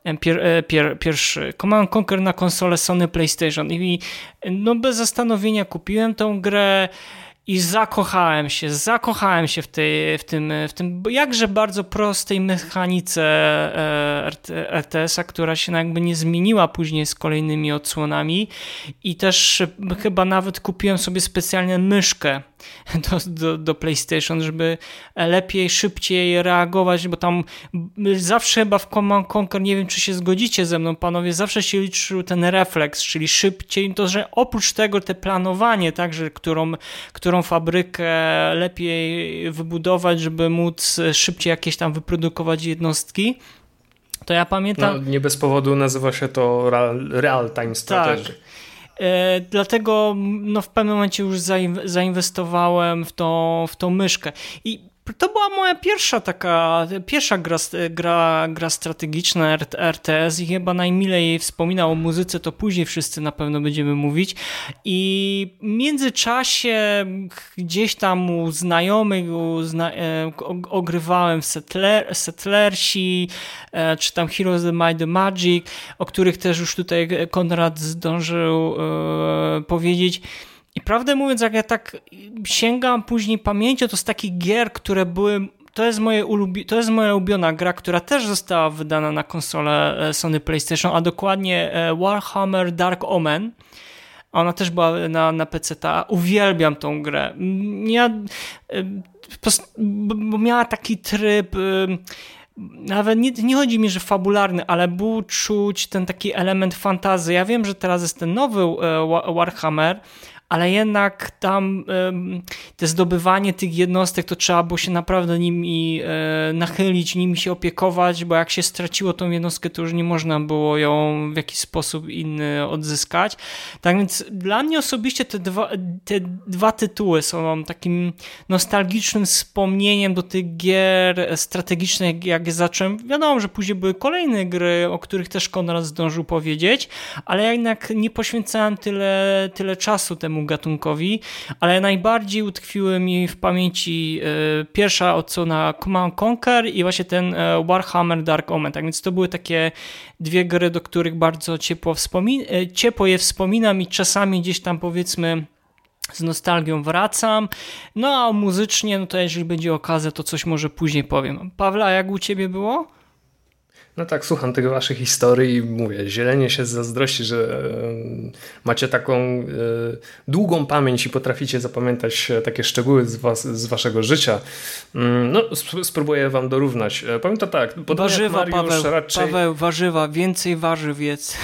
pierwszy Command & Conquer na konsolę Sony PlayStation i no bez zastanowienia kupiłem tą grę i zakochałem się w tym jakże bardzo prostej mechanice RTS-a, która się jakby nie zmieniła później z kolejnymi odsłonami i też chyba nawet kupiłem sobie specjalnie myszkę do PlayStation, żeby lepiej, szybciej reagować, bo tam zawsze chyba w Command & Conquer, nie wiem czy się zgodzicie ze mną panowie, zawsze się liczył ten refleks, czyli szybciej, to że oprócz tego te planowanie, także którą fabrykę lepiej wybudować, żeby móc szybciej jakieś tam wyprodukować jednostki, to ja pamiętam... No, nie bez powodu nazywa się to real-time strategy. Tak. Dlatego no, w pewnym momencie już zainwestowałem w tą myszkę. I to była moja pierwsza gra strategiczna RTS i chyba najmilej jej wspominał o muzyce, to później wszyscy na pewno będziemy mówić. I w międzyczasie gdzieś tam u znajomych ogrywałem w Settlersi, czy tam Heroes of Might and Magic, o których też już tutaj Konrad zdążył powiedzieć. I prawdę mówiąc, jak ja tak sięgam później pamięcią, to z takich gier, które były... To jest moja ulubiona gra, która też została wydana na konsolę Sony PlayStation, a dokładnie Warhammer Dark Omen. Ona też była na PC-ta. Uwielbiam tą grę. Bo miała taki tryb... Nawet nie chodzi mi, że fabularny, ale był czuć ten taki element fantasy. Ja wiem, że teraz jest ten nowy Warhammer, ale jednak tam te zdobywanie tych jednostek, to trzeba było się naprawdę nimi nachylić, nimi się opiekować, bo jak się straciło tą jednostkę, to już nie można było ją w jakiś sposób inny odzyskać. Tak więc dla mnie osobiście te dwa tytuły są takim nostalgicznym wspomnieniem do tych gier strategicznych, jak zacząłem. Wiadomo, że później były kolejne gry, o których też Konrad zdążył powiedzieć, ale ja jednak nie poświęcałem tyle czasu temu gatunkowi, ale najbardziej utkwiły mi w pamięci pierwsza odsłona Command & Conquer i właśnie ten Warhammer Dark Omen. Tak więc to były takie dwie gry, do których bardzo ciepło je wspominam i czasami gdzieś tam powiedzmy z nostalgią wracam. No a muzycznie, no to jeżeli będzie okazja, to coś może później powiem. Pawle, a jak u ciebie było? No tak, słucham tych waszych historii i mówię, zielenie się z zazdrości, że macie taką długą pamięć i potraficie zapamiętać takie szczegóły z waszego życia. No, spróbuję wam dorównać. Powiem to tak, warzywa, Paweł, warzywa, więcej warzyw jedz.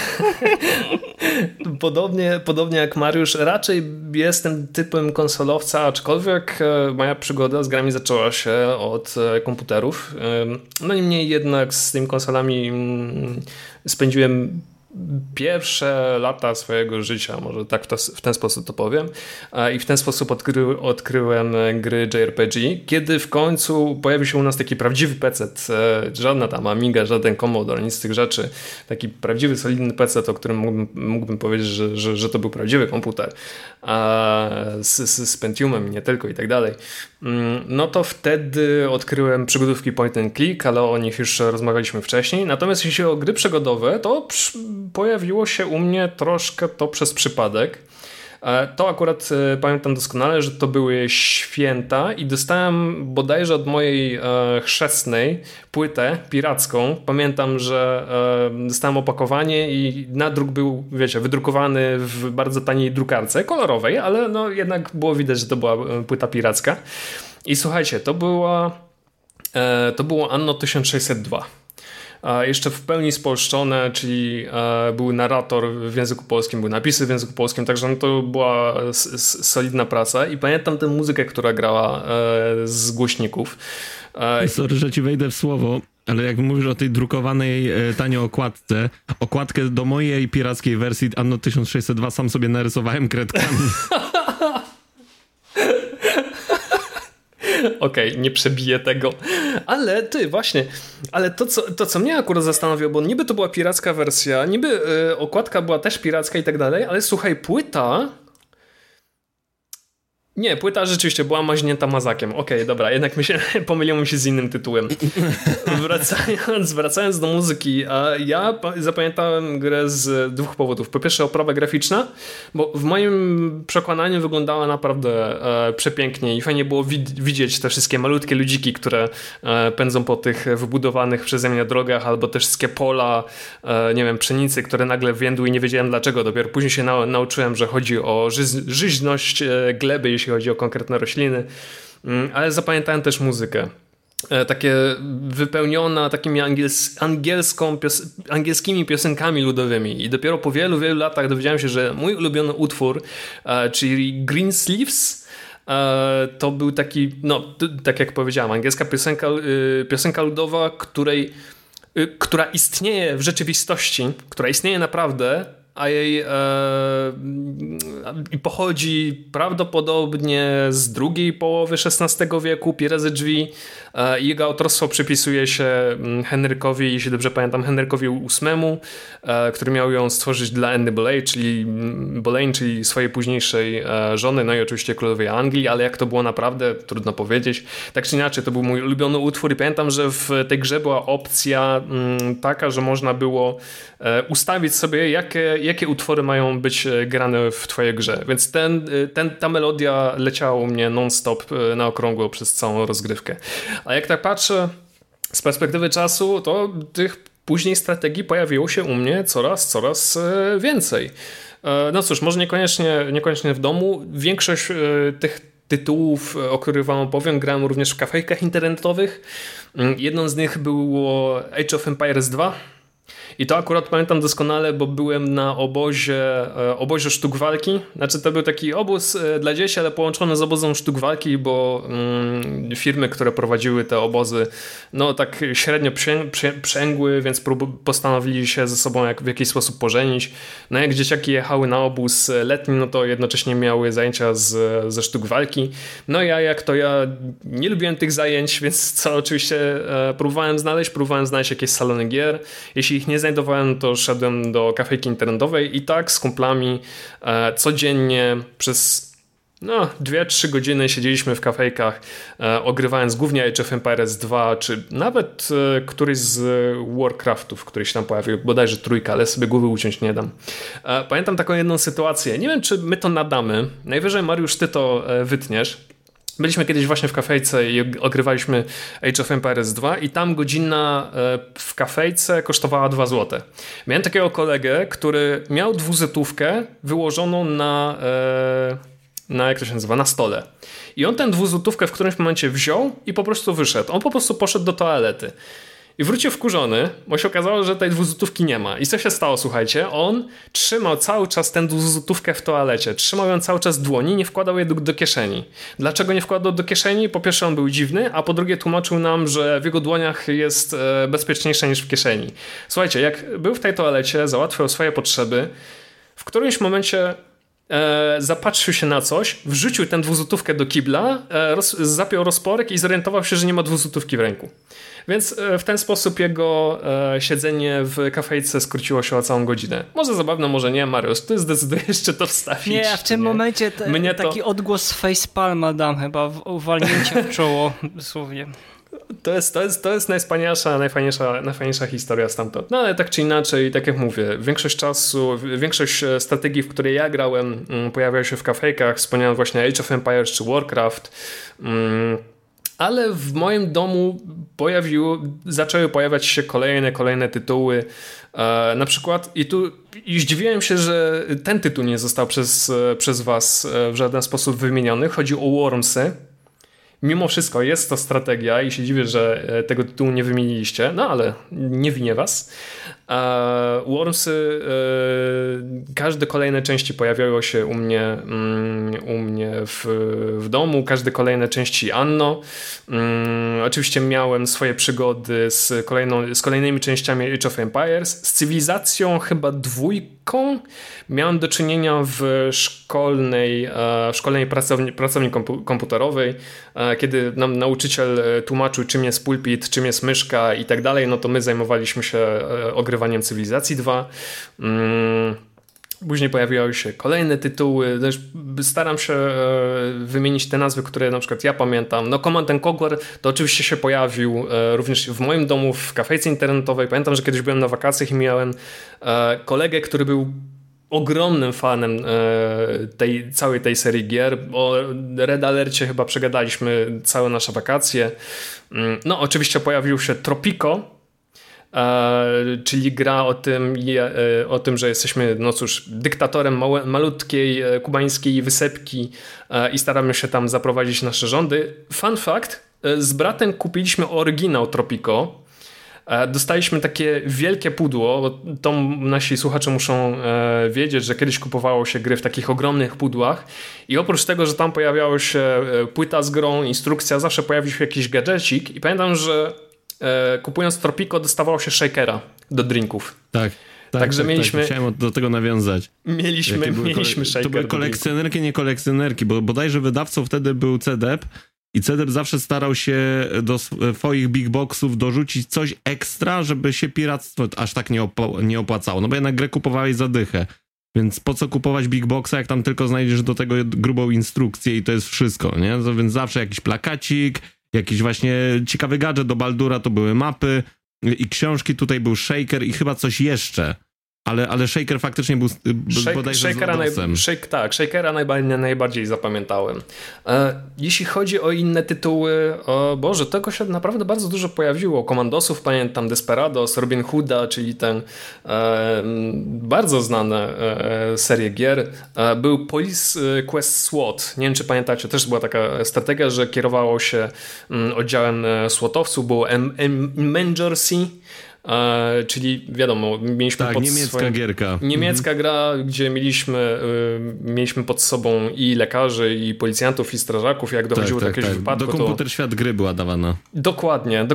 Podobnie jak Mariusz, raczej jestem typem konsolowca, aczkolwiek moja przygoda z grami zaczęła się od komputerów. No niemniej jednak z tymi konsolami spędziłem pierwsze lata swojego życia, może tak w ten sposób to powiem, i w ten sposób odkryłem gry JRPG, kiedy w końcu pojawił się u nas taki prawdziwy PC, żadna tam Amiga, żaden Commodore, nic z tych rzeczy, taki prawdziwy, solidny PC, o którym mógłbym powiedzieć, że to był prawdziwy komputer z Pentiumem i nie tylko i tak dalej. No to wtedy odkryłem przygodówki point and click, ale o nich już rozmawialiśmy wcześniej. Natomiast jeśli chodzi o gry przygodowe, to pojawiło się u mnie troszkę to przez przypadek. To akurat pamiętam doskonale, że to były święta i dostałem bodajże od mojej chrzestnej płytę piracką. Pamiętam, że dostałem opakowanie i nadruk był, wiecie, wydrukowany w bardzo taniej drukarce, kolorowej, ale no jednak było widać, że to była płyta piracka. I słuchajcie, to było Anno 1602. Jeszcze w pełni spolszczone, czyli był narrator w języku polskim, były napisy w języku polskim, także no to była solidna praca i pamiętam tę muzykę, która grała z głośników. Sorry, że ci wejdę w słowo, ale jak mówisz o tej drukowanej tanio okładkę do mojej pirackiej wersji Anno 1602 sam sobie narysowałem kredkami. Okej, nie przebiję tego. Ale to co mnie akurat zastanowiło, bo niby to była piracka wersja, niby okładka była też piracka i tak dalej, ale słuchaj, płyta Nie, płyta rzeczywiście była maźnięta mazakiem. Okej, dobra, jednak pomyliło mi się z innym tytułem. Wracając do muzyki, ja zapamiętałem grę z dwóch powodów. Po pierwsze oprawa graficzna, bo w moim przekonaniu wyglądała naprawdę przepięknie i fajnie było widzieć te wszystkie malutkie ludziki, które pędzą po tych wybudowanych przeze mnie drogach, albo te wszystkie pola, nie wiem, pszenicy, które nagle więdły i nie wiedziałem dlaczego. Dopiero później się nauczyłem, że chodzi o żyźność gleby, jeśli chodzi o konkretne rośliny, ale zapamiętałem też muzykę. Takie wypełniona takimi angielskimi piosenkami ludowymi i dopiero po wielu, wielu latach dowiedziałem się, że mój ulubiony utwór, czyli Greensleeves, to był taki, no tak jak powiedziałem, angielska piosenka ludowa, która istnieje w rzeczywistości, która istnieje naprawdę, a jej pochodzi prawdopodobnie z drugiej połowy XVI wieku, pi razy drzwi. Jego autorstwo przypisuje się Henrykowi, jeśli dobrze pamiętam, Henrykowi VIII, który miał ją stworzyć dla Anny Boleyn, czyli swojej późniejszej żony, no i oczywiście królowej Anglii, ale jak to było naprawdę, trudno powiedzieć. Tak czy inaczej, to był mój ulubiony utwór i pamiętam, że w tej grze była opcja taka, że można było ustawić sobie, jakie utwory mają być grane w twojej grze. Więc ta melodia leciała u mnie non-stop na okrągło przez całą rozgrywkę. A jak tak patrzę z perspektywy czasu, to tych później strategii pojawiło się u mnie coraz więcej. No cóż, może niekoniecznie w domu. Większość tych tytułów, o których wam opowiem, grałem również w kafejkach internetowych. Jedną z nich było Age of Empires 2. I to akurat pamiętam doskonale, bo byłem na obozie sztuk walki. Znaczy to był taki obóz dla dzieci, ale połączony z obozem sztuk walki, bo firmy, które prowadziły te obozy, no tak średnio przęgły, więc postanowili się ze sobą w jakiś sposób pożenić. No jak dzieciaki jechały na obóz letni, no to jednocześnie miały zajęcia ze sztuk walki. No ja nie lubiłem tych zajęć, więc co oczywiście próbowałem znaleźć jakieś salony gier. Jeśli ich nie znajdowałem, to szedłem do kafejki internetowej i tak z kumplami codziennie przez 2-3 godziny siedzieliśmy w kafejkach, ogrywając głównie Age of Empires 2, czy nawet któryś z Warcraftów, który się tam pojawił, bodajże 3, ale sobie głowy uciąć nie dam. Pamiętam taką jedną sytuację, nie wiem czy my to nadamy, najwyżej Mariusz ty to wytniesz. Byliśmy kiedyś właśnie w kafejce i ogrywaliśmy Age of Empires 2 i tam godzina w kafejce kosztowała 2 zł. Miałem takiego kolegę, który miał 2-złotówkę wyłożoną na jak to się nazywa, na stole. I on tę 2-złotówkę w którymś momencie wziął i po prostu wyszedł. On po prostu poszedł do toalety. I wrócił wkurzony, bo się okazało, że tej 2-złotówki nie ma. I co się stało, słuchajcie? On trzymał cały czas tę 2-złotówkę w toalecie. Trzymał ją cały czas w dłoni, nie wkładał jej do kieszeni. Dlaczego nie wkładał do kieszeni? Po pierwsze on był dziwny, a po drugie tłumaczył nam, że w jego dłoniach jest bezpieczniejsze niż w kieszeni. Słuchajcie, jak był w tej toalecie, załatwiał swoje potrzeby, w którymś momencie zapatrzył się na coś, wrzucił tę 2-złotówkę do kibla, zapiął rozporek i zorientował się, że nie ma 2-złotówki w ręku. Więc w ten sposób jego siedzenie w kafejce skróciło się o całą godzinę. Może zabawne, może nie, Mariusz, ty zdecydujesz, czy to wstawić. Nie, a w tym momencie taki odgłos facepalma dam chyba, uwalnięcia w czoło, dosłownie. To jest najfajniejsza historia stamtąd. No ale tak czy inaczej, tak jak mówię, większość strategii, w której ja grałem, pojawiała się w kafejkach. Wspomniałem właśnie Age of Empires czy Warcraft. Ale w moim domu zaczęły pojawiać się kolejne tytuły. Na przykład i zdziwiłem się, że ten tytuł nie został przez was w żaden sposób wymieniony. Chodzi o Wormsy. Mimo wszystko jest to strategia i się dziwię, że tego tytułu nie wymieniliście, no ale nie winię was. Wormsy, każde kolejne części pojawiały się u mnie w domu, każde kolejne części Anno. Oczywiście miałem swoje przygody z kolejnymi częściami Age of Empires, z Cywilizacją chyba 2 miałem do czynienia w szkolnej pracowni komputerowej, kiedy nam nauczyciel tłumaczył, czym jest pulpit, czym jest myszka i tak dalej, no to my zajmowaliśmy się ogrywaniem Cywilizacji 2. Później pojawiały się kolejne tytuły. staram się wymienić te nazwy, które na przykład ja pamiętam. No Command & Conquer to oczywiście się pojawił również w moim domu w kafejce internetowej. Pamiętam, że kiedyś byłem na wakacjach i miałem kolegę, który był ogromnym fanem całej tej serii gier. O Red Alercie chyba przegadaliśmy całe nasze wakacje. No oczywiście pojawił się Tropico, czyli gra o tym, że jesteśmy, no cóż, dyktatorem malutkiej kubańskiej wysepki i staramy się tam zaprowadzić nasze rządy. Fun fact, z bratem kupiliśmy oryginał Tropico. Dostaliśmy takie wielkie pudło, bo to nasi słuchacze muszą wiedzieć, że kiedyś kupowało się gry w takich ogromnych pudłach i oprócz tego, że tam pojawiała się płyta z grą, instrukcja, zawsze pojawił się jakiś gadżecik i pamiętam, że kupując Tropico dostawało się shakera do drinków. Tak. Także mieliśmy... Tak, chciałem do tego nawiązać. Mieliśmy shaker. To były kolekcjonerki, nie kolekcjonerki, bo bodajże wydawcą wtedy był CDEP i CDEP zawsze starał się do swoich big boxów dorzucić coś ekstra, żeby się piractwo aż tak nie opłacało. No bo jednak grę kupowałeś za dychę. Więc po co kupować big boxa, jak tam tylko znajdziesz do tego grubą instrukcję i to jest wszystko, nie? Więc zawsze jakiś plakacik, jakiś właśnie ciekawy gadżet do Baldura, to były mapy i książki, tutaj był shaker i chyba coś jeszcze. Ale shaker faktycznie był bodajże z lodosem. Shakera najbardziej zapamiętałem. Jeśli chodzi o inne tytuły, o Boże, tego się naprawdę bardzo dużo pojawiło. Komandosów pamiętam, Desperados, Robin Hooda, czyli ten bardzo znane serie gier. Był Police Quest SWAT. Nie wiem, czy pamiętacie, też była taka strategia, że kierowało się oddziałem SWAT-owców, było Emergency. Czyli wiadomo, mieliśmy niemiecka gierka. Niemiecka gra, gdzie mieliśmy pod sobą i lekarzy, i policjantów, i strażaków, jak dochodziło do jakiegoś wypadku. Do Komputer Świat Gry była dawana. Dokładnie.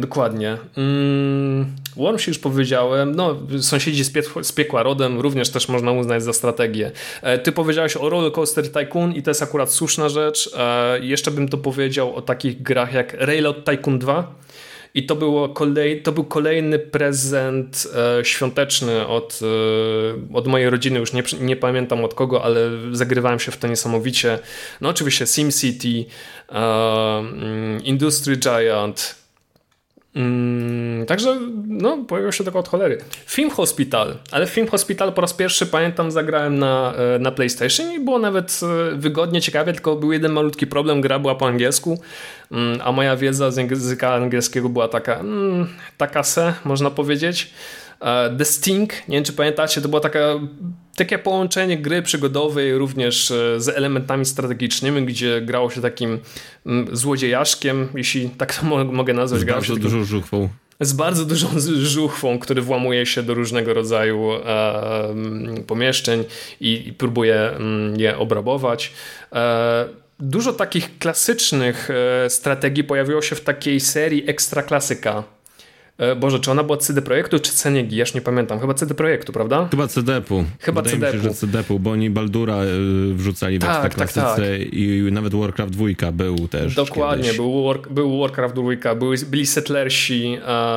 Worms już powiedziałem, no Sąsiedzi z piekła rodem również też można uznać za strategię. Ty powiedziałeś o Roller Coaster Tycoon i to jest akurat słuszna rzecz. Jeszcze bym to powiedział o takich grach jak Railroad Tycoon 2. I to był kolejny prezent świąteczny od mojej rodziny, już nie pamiętam od kogo, ale zagrywałem się w to niesamowicie. No oczywiście SimCity, Industry Giant. Także no, pojawiło się tego od cholery. Film Hospital, ale Film Hospital po raz pierwszy pamiętam zagrałem na PlayStation i było nawet wygodnie, ciekawie, tylko był jeden malutki problem, gra była po angielsku, a moja wiedza z języka angielskiego była taka można powiedzieć. The Sting, nie wiem czy pamiętacie, to była takie połączenie gry przygodowej również z elementami strategicznymi, gdzie grało się takim złodziejaszkiem, jeśli tak to mogę nazwać. Z bardzo dużą żuchwą. Z bardzo dużą żuchwą, który włamuje się do różnego rodzaju pomieszczeń i próbuje je obrabować. Dużo takich klasycznych strategii pojawiło się w takiej serii Ekstra Klasyka. Boże, czy ona była CD Projektu, czy Cenegi? Ja już nie pamiętam. Chyba CD Projektu, prawda? Chyba CD-pu. Wydaje mi się, że CD-pu, bo oni Baldura wrzucali w Ekstraklasyce i nawet Warcraft 2 był też. Dokładnie, był Warcraft 2, byli Settlersi.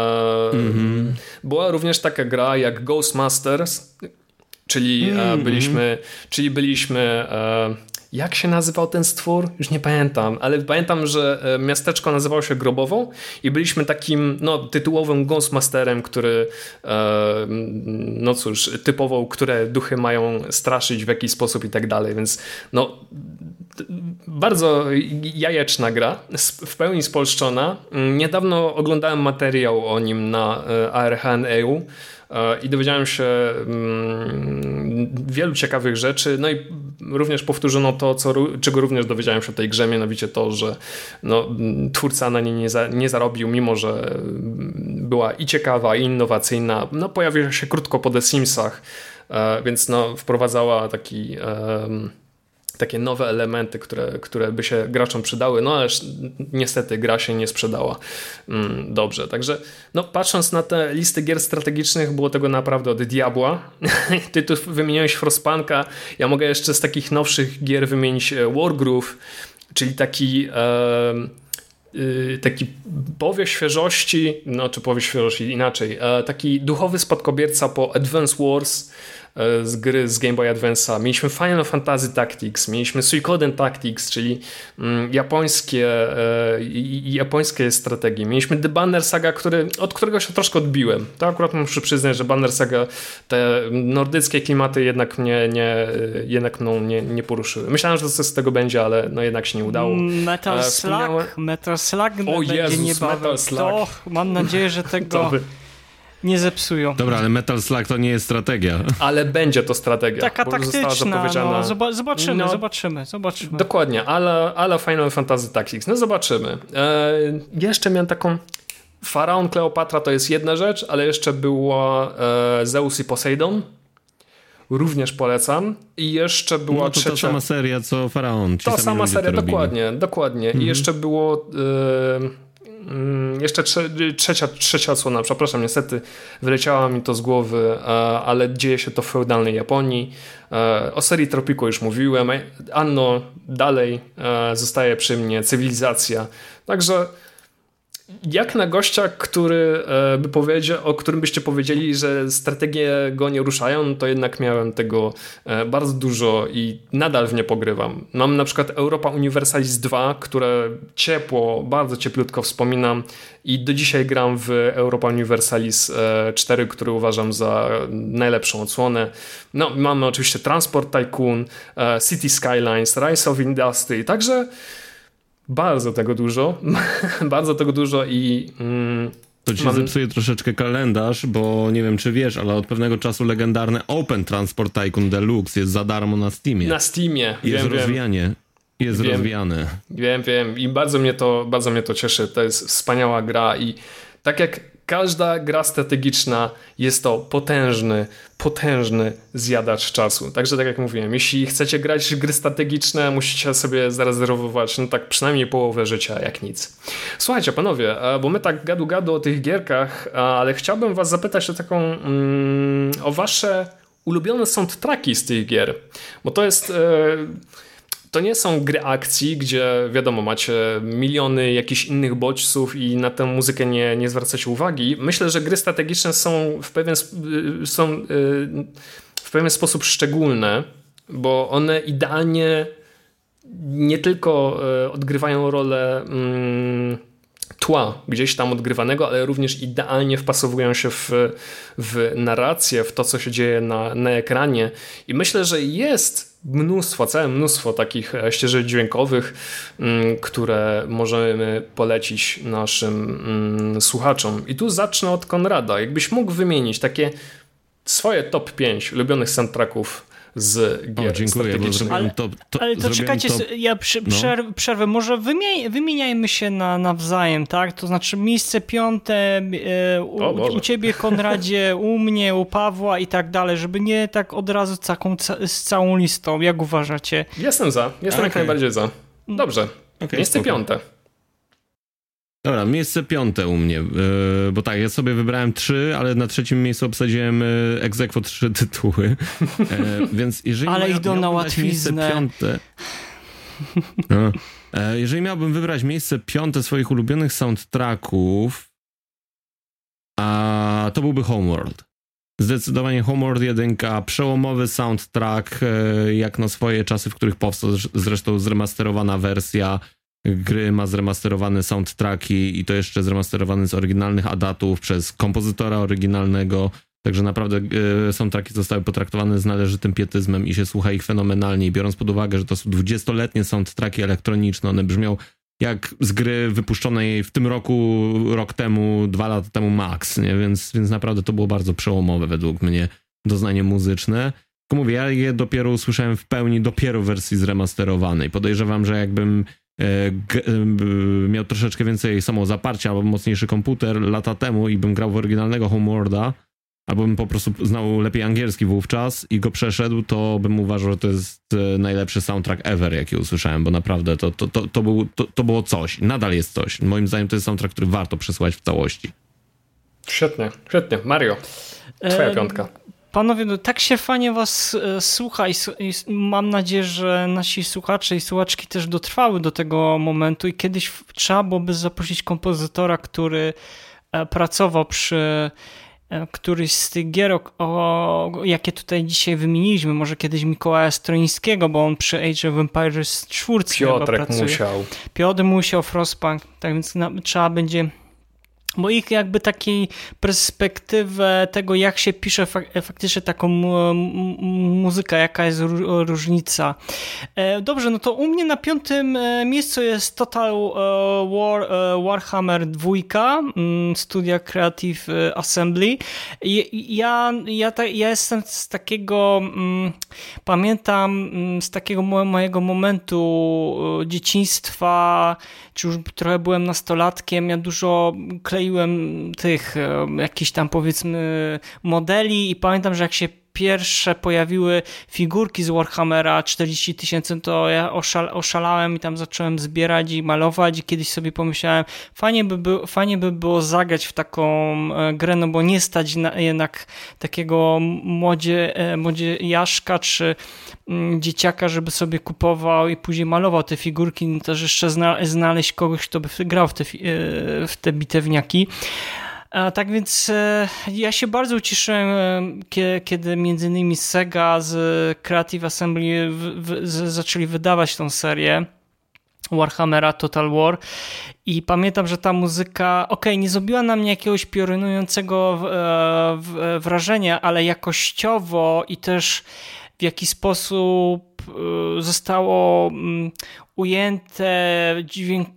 Była również taka gra jak Ghostmasters, czyli byliśmy jak się nazywał ten stwór? Już nie pamiętam, ale pamiętam, że miasteczko nazywało się Grobową i byliśmy takim tytułowym Ghostmasterem, który no cóż, typowo, które duchy mają straszyć w jakiś sposób i tak dalej, więc bardzo jajeczna gra, w pełni spolszczona. Niedawno oglądałem materiał o nim na ARHN.eu i dowiedziałem się wielu ciekawych rzeczy, no i również powtórzono to, czego również dowiedziałem się o tej grze, mianowicie to, że twórca na niej nie zarobił, mimo że była i ciekawa, i innowacyjna. Pojawiła się krótko po The Simsach, więc wprowadzała takie nowe elementy, które by się graczom przydały, ale niestety gra się nie sprzedała dobrze. Także patrząc na te listy gier strategicznych, było tego naprawdę od diabła. Ty tu wymieniłeś Frostpunka, ja mogę jeszcze z takich nowszych gier wymienić Wargroove, czyli taki powiew świeżości, czy powiew świeżości inaczej, taki duchowy spadkobierca po Advance Wars, z gry z Game Boy Advance'a. Mieliśmy Final Fantasy Tactics, mieliśmy Suikoden Tactics, czyli japońskie strategie. Mieliśmy The Banner Saga, od którego się troszkę odbiłem. To akurat muszę przyznać, że Banner Saga, te nordyckie klimaty jednak mną nie poruszyły. Myślałem, że coś z tego będzie, ale no jednak się nie udało. Metal Slug będzie niebawem. To mam nadzieję, że tego nie zepsują. Dobra, ale Metal Slug to nie jest strategia. Ale będzie to strategia. Taka taktyczna, zobaczymy. Dokładnie, ale Final Fantasy Tactics. No zobaczymy. Jeszcze miałem taką... Faraon Kleopatra to jest jedna rzecz, ale jeszcze była Zeus i Poseidon. Również polecam. I jeszcze była trzecia... ta sama seria, co Faraon. Ta sama seria, dokładnie. I jeszcze było... Jeszcze trzecia odsłona, przepraszam, niestety wyleciała mi to z głowy, ale dzieje się to w feudalnej Japonii. O serii Tropico już mówiłem. Anno dalej zostaje przy mnie, Cywilizacja. Także jak na gościa, o którym byście powiedzieli, że strategie go nie ruszają, to jednak miałem tego bardzo dużo i nadal w nie pogrywam. Mam na przykład Europa Universalis 2, które bardzo cieplutko wspominam i do dzisiaj gram w Europa Universalis 4, który uważam za najlepszą odsłonę. No, mamy oczywiście Transport Tycoon, City Skylines, Rise of Industry, także bardzo tego dużo i... To ci zepsuje troszeczkę kalendarz, bo nie wiem, czy wiesz, ale od pewnego czasu legendarny Open Transport Tycoon Deluxe jest za darmo na Steamie. Jest rozwijane. Wiem i bardzo mnie to cieszy. To jest wspaniała gra i tak jak każda gra strategiczna jest to potężny zjadacz czasu. Także tak jak mówiłem, jeśli chcecie grać w gry strategiczne, musicie sobie zarezerwować tak przynajmniej połowę życia, jak nic. Słuchajcie, panowie, bo my tak gadu o tych gierkach, ale chciałbym was zapytać o wasze ulubione soundtracki z tych gier. Bo to jest... To nie są gry akcji, gdzie wiadomo, macie miliony jakichś innych bodźców i na tę muzykę nie zwracacie uwagi. Myślę, że gry strategiczne są w pewien sposób szczególne, bo one idealnie nie tylko odgrywają rolę tła gdzieś tam odgrywanego, ale również idealnie wpasowują się w narrację, w to, co się dzieje na ekranie. I myślę, że jest całe mnóstwo takich ścieżek dźwiękowych, które możemy polecić naszym słuchaczom. I tu zacznę od Konrada. Jakbyś mógł wymienić takie swoje top 5 ulubionych soundtracków z gier strategicznych. Ale to czekajcie, ja przerwę. Może wymieniajmy się nawzajem, tak? To znaczy miejsce 5 u ciebie, Konradzie, u mnie, u Pawła i tak dalej, żeby nie tak od razu z całą listą. Jak uważacie? Jestem jak najbardziej za. Dobrze. Miejsce 5. Dobra, miejsce 5 u mnie, bo tak, ja sobie wybrałem 3, ale na trzecim miejscu obsadziłem ex aequo 3 tytuły, więc jeżeli ale idą na łatwiznę. Jeżeli miałbym wybrać miejsce 5 swoich ulubionych soundtracków, to byłby Homeworld. Zdecydowanie Homeworld 1, przełomowy soundtrack, jak na swoje czasy, w których powstał, zresztą zremasterowana wersja gry ma zremasterowane soundtracki i to jeszcze zremasterowane z oryginalnych adatów przez kompozytora oryginalnego, także naprawdę soundtracki zostały potraktowane z należytym pietyzmem i się słucha ich fenomenalnie, biorąc pod uwagę, że to są 20-letnie soundtracki elektroniczne, one brzmią jak z gry wypuszczonej w tym roku, rok temu, 2 lata temu max, nie? Więc naprawdę to było bardzo przełomowe według mnie doznanie muzyczne. Tylko mówię, ja je dopiero usłyszałem w pełni dopiero w wersji zremasterowanej. Podejrzewam, że jakbym miał troszeczkę więcej samozaparcia albo mocniejszy komputer lata temu i bym grał w oryginalnego Homeworlda, albo bym po prostu znał lepiej angielski wówczas i go przeszedł, to bym uważał, że to jest najlepszy soundtrack ever, jaki usłyszałem, bo naprawdę to było coś. Nadal jest coś. Moim zdaniem to jest soundtrack, który warto przesłuchać w całości. Świetnie. Mario, twoja 5. Panowie, no tak się fajnie was słucha i mam nadzieję, że nasi słuchacze i słuchaczki też dotrwały do tego momentu i kiedyś trzeba byłoby zaprosić kompozytora, który pracował przy któryś z tych gier, jakie tutaj dzisiaj wymieniliśmy, może kiedyś Mikołaja Stroińskiego, bo on przy Age of Empires 4 Piotrek musiał, Frostpunk, tak więc trzeba będzie... Bo ich jakby takiej perspektywę tego, jak się pisze faktycznie taką muzykę, jaka jest różnica. Dobrze, no to u mnie na 5. miejscu jest Total Warhammer 2, studia Creative Assembly. Ja jestem z takiego, pamiętam z takiego mojego momentu dzieciństwa, czy już trochę byłem nastolatkiem, ja dużo kleiłem tych jakichś tam powiedzmy modeli i pamiętam, że jak się pierwsze pojawiły figurki z Warhammera 40 000, to ja oszalałem i tam zacząłem zbierać i malować i kiedyś sobie pomyślałem, fajnie by było zagrać w taką grę, no bo nie stać jednak takiego młodziejaszka czy dzieciaka, żeby sobie kupował i później malował te figurki, no też jeszcze znaleźć kogoś, kto by grał w te bitewniaki. Tak więc ja się bardzo ucieszyłem, kiedy między innymi Sega z Creative Assembly zaczęli wydawać tą serię Warhammera Total War i pamiętam, że ta muzyka nie zrobiła na mnie jakiegoś piorunującego wrażenia, ale jakościowo i też w jaki sposób zostało ujęte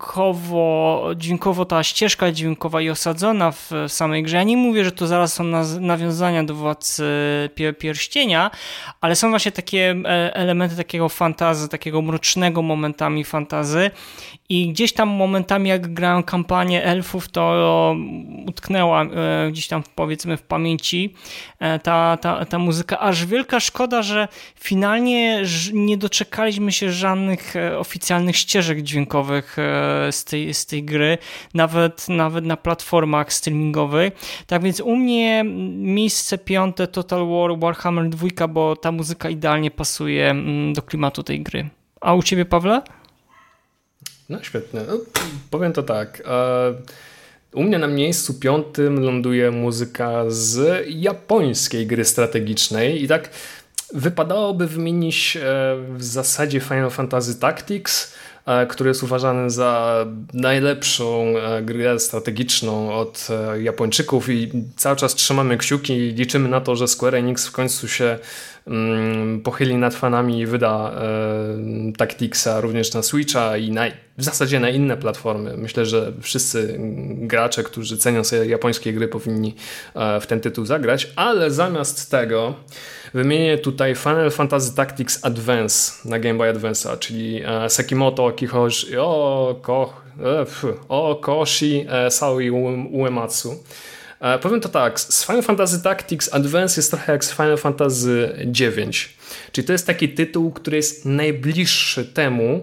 dźwiękowo ta ścieżka dźwiękowa i osadzona w samej grze. Ja nie mówię, że to zaraz są nawiązania do Władcy Pierścienia, ale są właśnie takie elementy takiego fantazy, takiego mrocznego momentami fantazy i gdzieś tam momentami jak grałem kampanię elfów, to utknęła gdzieś tam powiedzmy w pamięci ta muzyka. Aż wielka szkoda, że finalnie nie doczekaliśmy się żadnych oficjalnych ścieżek dźwiękowych z tej gry, nawet na platformach streamingowych. Tak więc u mnie miejsce 5 Total Warhammer 2, bo ta muzyka idealnie pasuje do klimatu tej gry. A u ciebie, Pawle? No świetnie. No, powiem to tak. U mnie na miejscu 5 ląduje muzyka z japońskiej gry strategicznej i tak wypadałoby wymienić w zasadzie Final Fantasy Tactics, który jest uważany za najlepszą grę strategiczną od Japończyków i cały czas trzymamy kciuki i liczymy na to, że Square Enix w końcu się pochyli nad fanami i wyda Tacticsa również na Switcha i w zasadzie na inne platformy. Myślę, że wszyscy gracze, którzy cenią sobie japońskie gry, powinni w ten tytuł zagrać, ale zamiast tego wymienię tutaj Final Fantasy Tactics Advance na Game Boy Advance'a, czyli Sekimoto Koshi Saoi Uematsu. Powiem to tak, z Final Fantasy Tactics Advance jest trochę jak z Final Fantasy IX, czyli to jest taki tytuł, który jest najbliższy temu,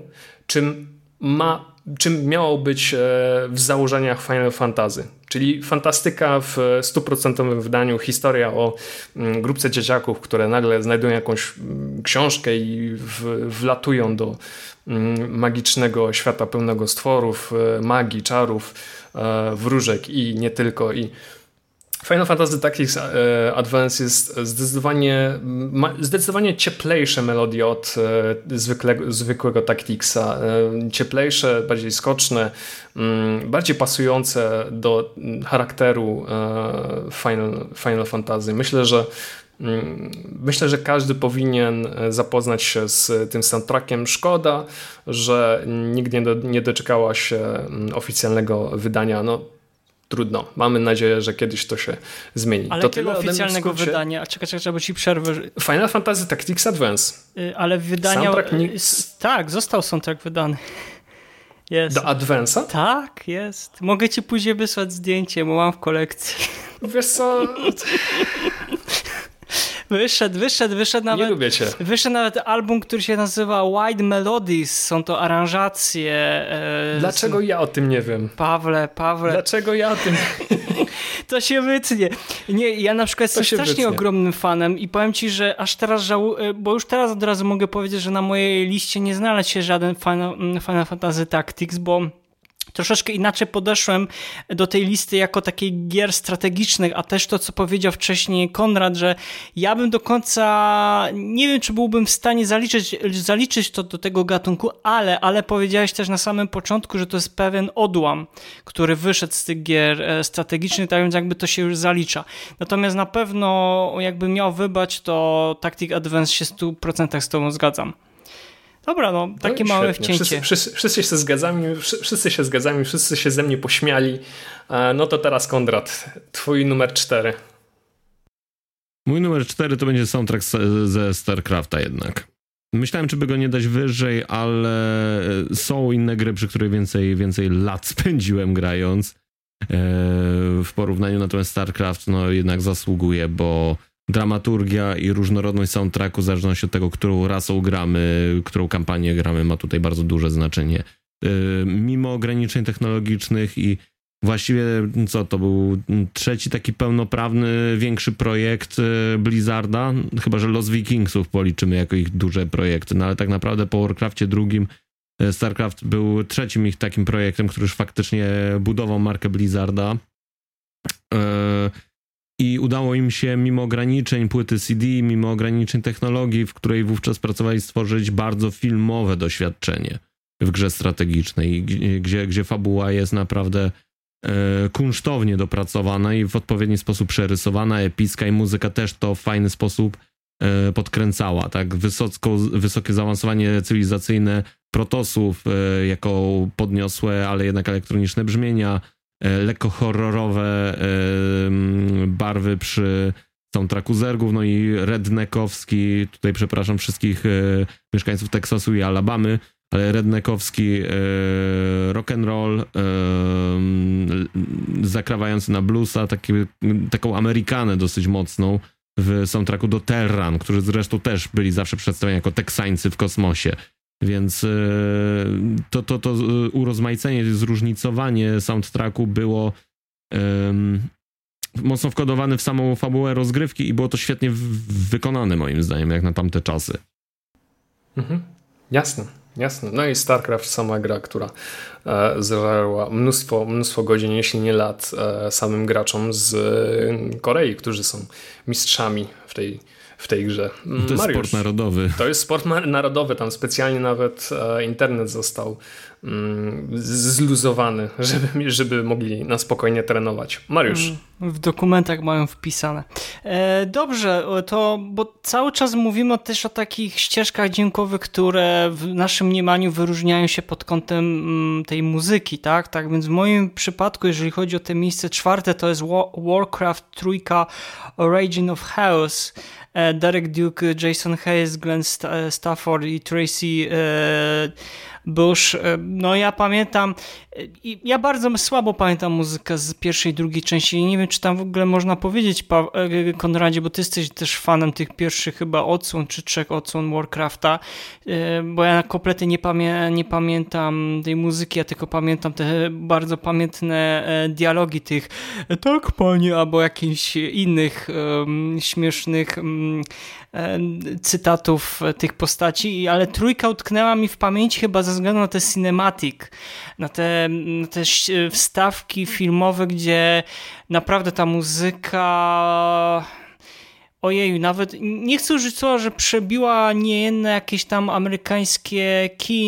czym miało być w założeniach Final Fantasy. Czyli fantastyka w 100% wydaniu, historia o grupce dzieciaków, które nagle znajdują jakąś książkę i wlatują do magicznego świata pełnego stworów, magii, czarów, wróżek i nie tylko. I Final Fantasy Tactics Advance jest zdecydowanie cieplejsze melodie od zwykłego Tacticsa. Cieplejsze, bardziej skoczne, bardziej pasujące do charakteru Final Fantasy. Myślę, że każdy powinien zapoznać się z tym soundtrackiem. Szkoda, że nigdy nie doczekała się oficjalnego wydania. No, trudno. Mamy nadzieję, że kiedyś to się zmieni. Ale jakiego oficjalnego wydania? Czekaj, bo ci przerwę. Final Fantasy Tactics Advance. Ale wydania... Tak, został soundtrack wydany. Jest. Do Advance'a? Tak, jest. Mogę ci później wysłać zdjęcie, bo mam w kolekcji. Wiesz co... Wyszedł nawet. Nie lubię cię. Wyszedł nawet album, który się nazywa White Melodies. Są to aranżacje. Dlaczego ja o tym nie wiem? Pawle. Dlaczego ja o tym To się wytnie. Nie, ja na przykład jestem strasznie ogromnym fanem i powiem ci, że aż teraz żałuję, bo już teraz od razu mogę powiedzieć, że na mojej liście nie znalazł się żaden Final Fantasy Tactics, bo troszeczkę inaczej podeszłem do tej listy jako takiej gier strategicznych, a też to, co powiedział wcześniej Konrad, że ja bym do końca, nie wiem, czy byłbym w stanie zaliczyć to do tego gatunku, ale powiedziałeś też na samym początku, że to jest pewien odłam, który wyszedł z tych gier strategicznych, tak więc jakby to się już zalicza. Natomiast na pewno jakby miał wybrać, to Tactic Advance się w 100% z tobą zgadzam. Dobra, no takie małe wcięcie. Wszyscy się zgadzamy, wszyscy się ze mnie pośmiali. No to teraz Konrad, twój numer 4. Mój numer 4 to będzie soundtrack ze StarCrafta jednak. Myślałem, czy by go nie dać wyżej, ale są inne gry, przy których więcej lat spędziłem grając. W porównaniu natomiast StarCraft no jednak zasługuje, bo dramaturgia i różnorodność soundtracku w zależności od tego, którą rasą gramy, którą kampanię gramy, ma tutaj bardzo duże znaczenie. Mimo ograniczeń technologicznych i właściwie to był trzeci taki pełnoprawny, większy projekt Blizzarda, chyba że Los Vikingsów policzymy jako ich duże projekty, no ale tak naprawdę po Warcraftie drugim StarCraft był trzecim ich takim projektem, który już faktycznie budował markę Blizzarda. I udało im się mimo ograniczeń płyty CD, mimo ograniczeń technologii, w której wówczas pracowali, stworzyć bardzo filmowe doświadczenie w grze strategicznej, gdzie fabuła jest naprawdę kunsztownie dopracowana i w odpowiedni sposób przerysowana, epicka i muzyka też to w fajny sposób podkręcała. Tak? Wysokie zaawansowanie cywilizacyjne Protosów jako podniosłe, ale jednak elektroniczne brzmienia, lekko horrorowe barwy przy soundtracku Zergów, no i redneckowski, tutaj przepraszam wszystkich mieszkańców Teksasu i Alabamy, ale redneckowski rock'n'roll zakrawający na bluesa, taką Amerykanę dosyć mocną w soundtracku do Terran, którzy zresztą też byli zawsze przedstawiani jako Teksańcy w kosmosie. Więc to urozmaicenie, zróżnicowanie soundtracku było mocno wkodowane w samą fabułę rozgrywki i było to świetnie wykonane moim zdaniem, jak na tamte czasy. Mhm. Jasne. No i StarCraft, sama gra, która zażarła mnóstwo godzin, jeśli nie lat samym graczom z Korei, którzy są mistrzami w tej grze. To jest sport narodowy. To jest sport narodowy, tam specjalnie nawet internet został zluzowany, żeby mogli na spokojnie trenować. Mariusz. W dokumentach mają wpisane. Dobrze, bo cały czas mówimy też o takich ścieżkach dźwiękowych, które w naszym mniemaniu wyróżniają się pod kątem tej muzyki, tak? Tak więc w moim przypadku, jeżeli chodzi o te miejsce 4, to jest Warcraft 3 Origin of Chaos. Derek Duke, Jason Hayes, Glenn Stafford i Tracy Bush. No ja pamiętam, ja bardzo słabo pamiętam muzykę z pierwszej i drugiej części. Nie wiem, czy tam w ogóle można powiedzieć, Konradzie, bo ty jesteś też fanem tych pierwszych chyba odsłon, czy 3 odsłon Warcrafta, bo ja kompletnie nie pamiętam tej muzyki, ja tylko pamiętam te bardzo pamiętne dialogi tych tak panie, albo jakichś innych śmiesznych cytatów tych postaci, ale 3 utknęła mi w pamięci chyba ze względu na te cinematic, na te wstawki filmowe, gdzie naprawdę ta muzyka, ojeju, nawet nie chcę użyć słowa, że przebiła niejedne jakieś tam amerykańskie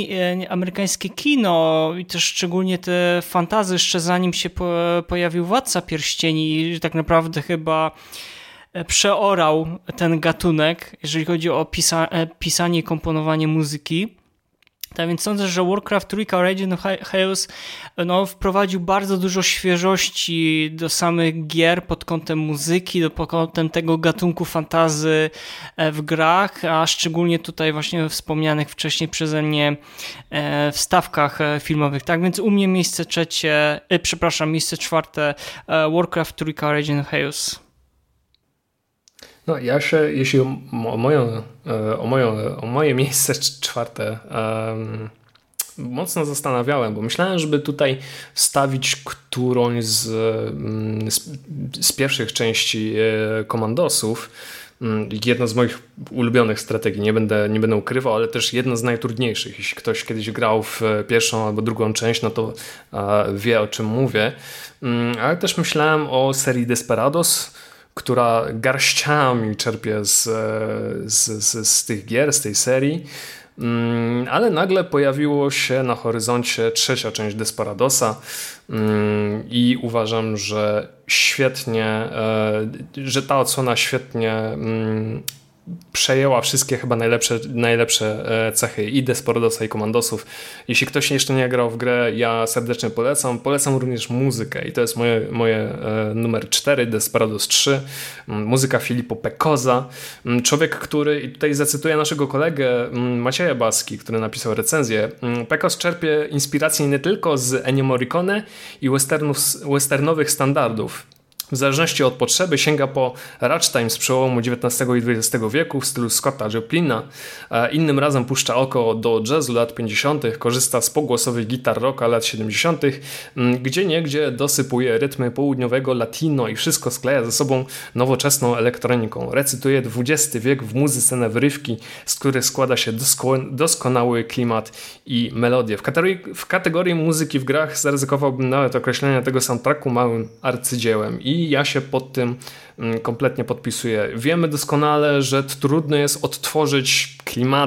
kino i też szczególnie te fantasy jeszcze zanim się pojawił Władca Pierścieni i tak naprawdę chyba przeorał ten gatunek, jeżeli chodzi o pisanie i komponowanie muzyki. Tak więc sądzę, że Warcraft 3 Origin of Chaos wprowadził bardzo dużo świeżości do samych gier pod kątem muzyki, pod kątem tego gatunku fantasy w grach, a szczególnie tutaj właśnie wspomnianych wcześniej przeze mnie wstawkach filmowych. Tak więc u mnie miejsce 4 Warcraft 3 Origin of Chaos. No ja się, jeśli o moje miejsce 4 mocno zastanawiałem, bo myślałem, żeby tutaj wstawić którąś z pierwszych części Komandosów, jedna z moich ulubionych strategii, nie będę ukrywał, ale też jedna z najtrudniejszych. Jeśli ktoś kiedyś grał w pierwszą albo drugą część, no to wie, o czym mówię. Ale też myślałem o serii Desperados, która garściami czerpie z tych gier, z tej serii. Ale nagle pojawiło się na horyzoncie trzecia część Desperadosa i uważam, że świetnie, że ta odsłona świetnie przejęła wszystkie chyba najlepsze cechy i Desperadosa i Commandosów. Jeśli ktoś jeszcze nie grał w grę, ja serdecznie polecam. Polecam również muzykę i to jest moje numer 4, Desperados 3. Muzyka Filippo Pecosa. Człowiek, który, i tutaj zacytuję naszego kolegę Macieja Baski, który napisał recenzję. Pecos czerpie inspirację nie tylko z Ennio Morricone i westernowych standardów. W zależności od potrzeby sięga po ragtime z przełomu XIX i XX wieku w stylu Scotta Joplina. Innym razem puszcza oko do jazzu lat 50., korzysta z pogłosowych gitar rocka lat 70., gdzieniegdzie dosypuje rytmy południowego latino i wszystko skleja ze sobą nowoczesną elektroniką. Recytuje XX wiek w muzyce na wyrywki, z których składa się doskonały klimat i melodie. W kategorii muzyki w grach zaryzykowałbym nawet określenie tego soundtracku małym arcydziełem i ja się pod tym kompletnie podpisuję. Wiemy doskonale, że trudno jest odtworzyć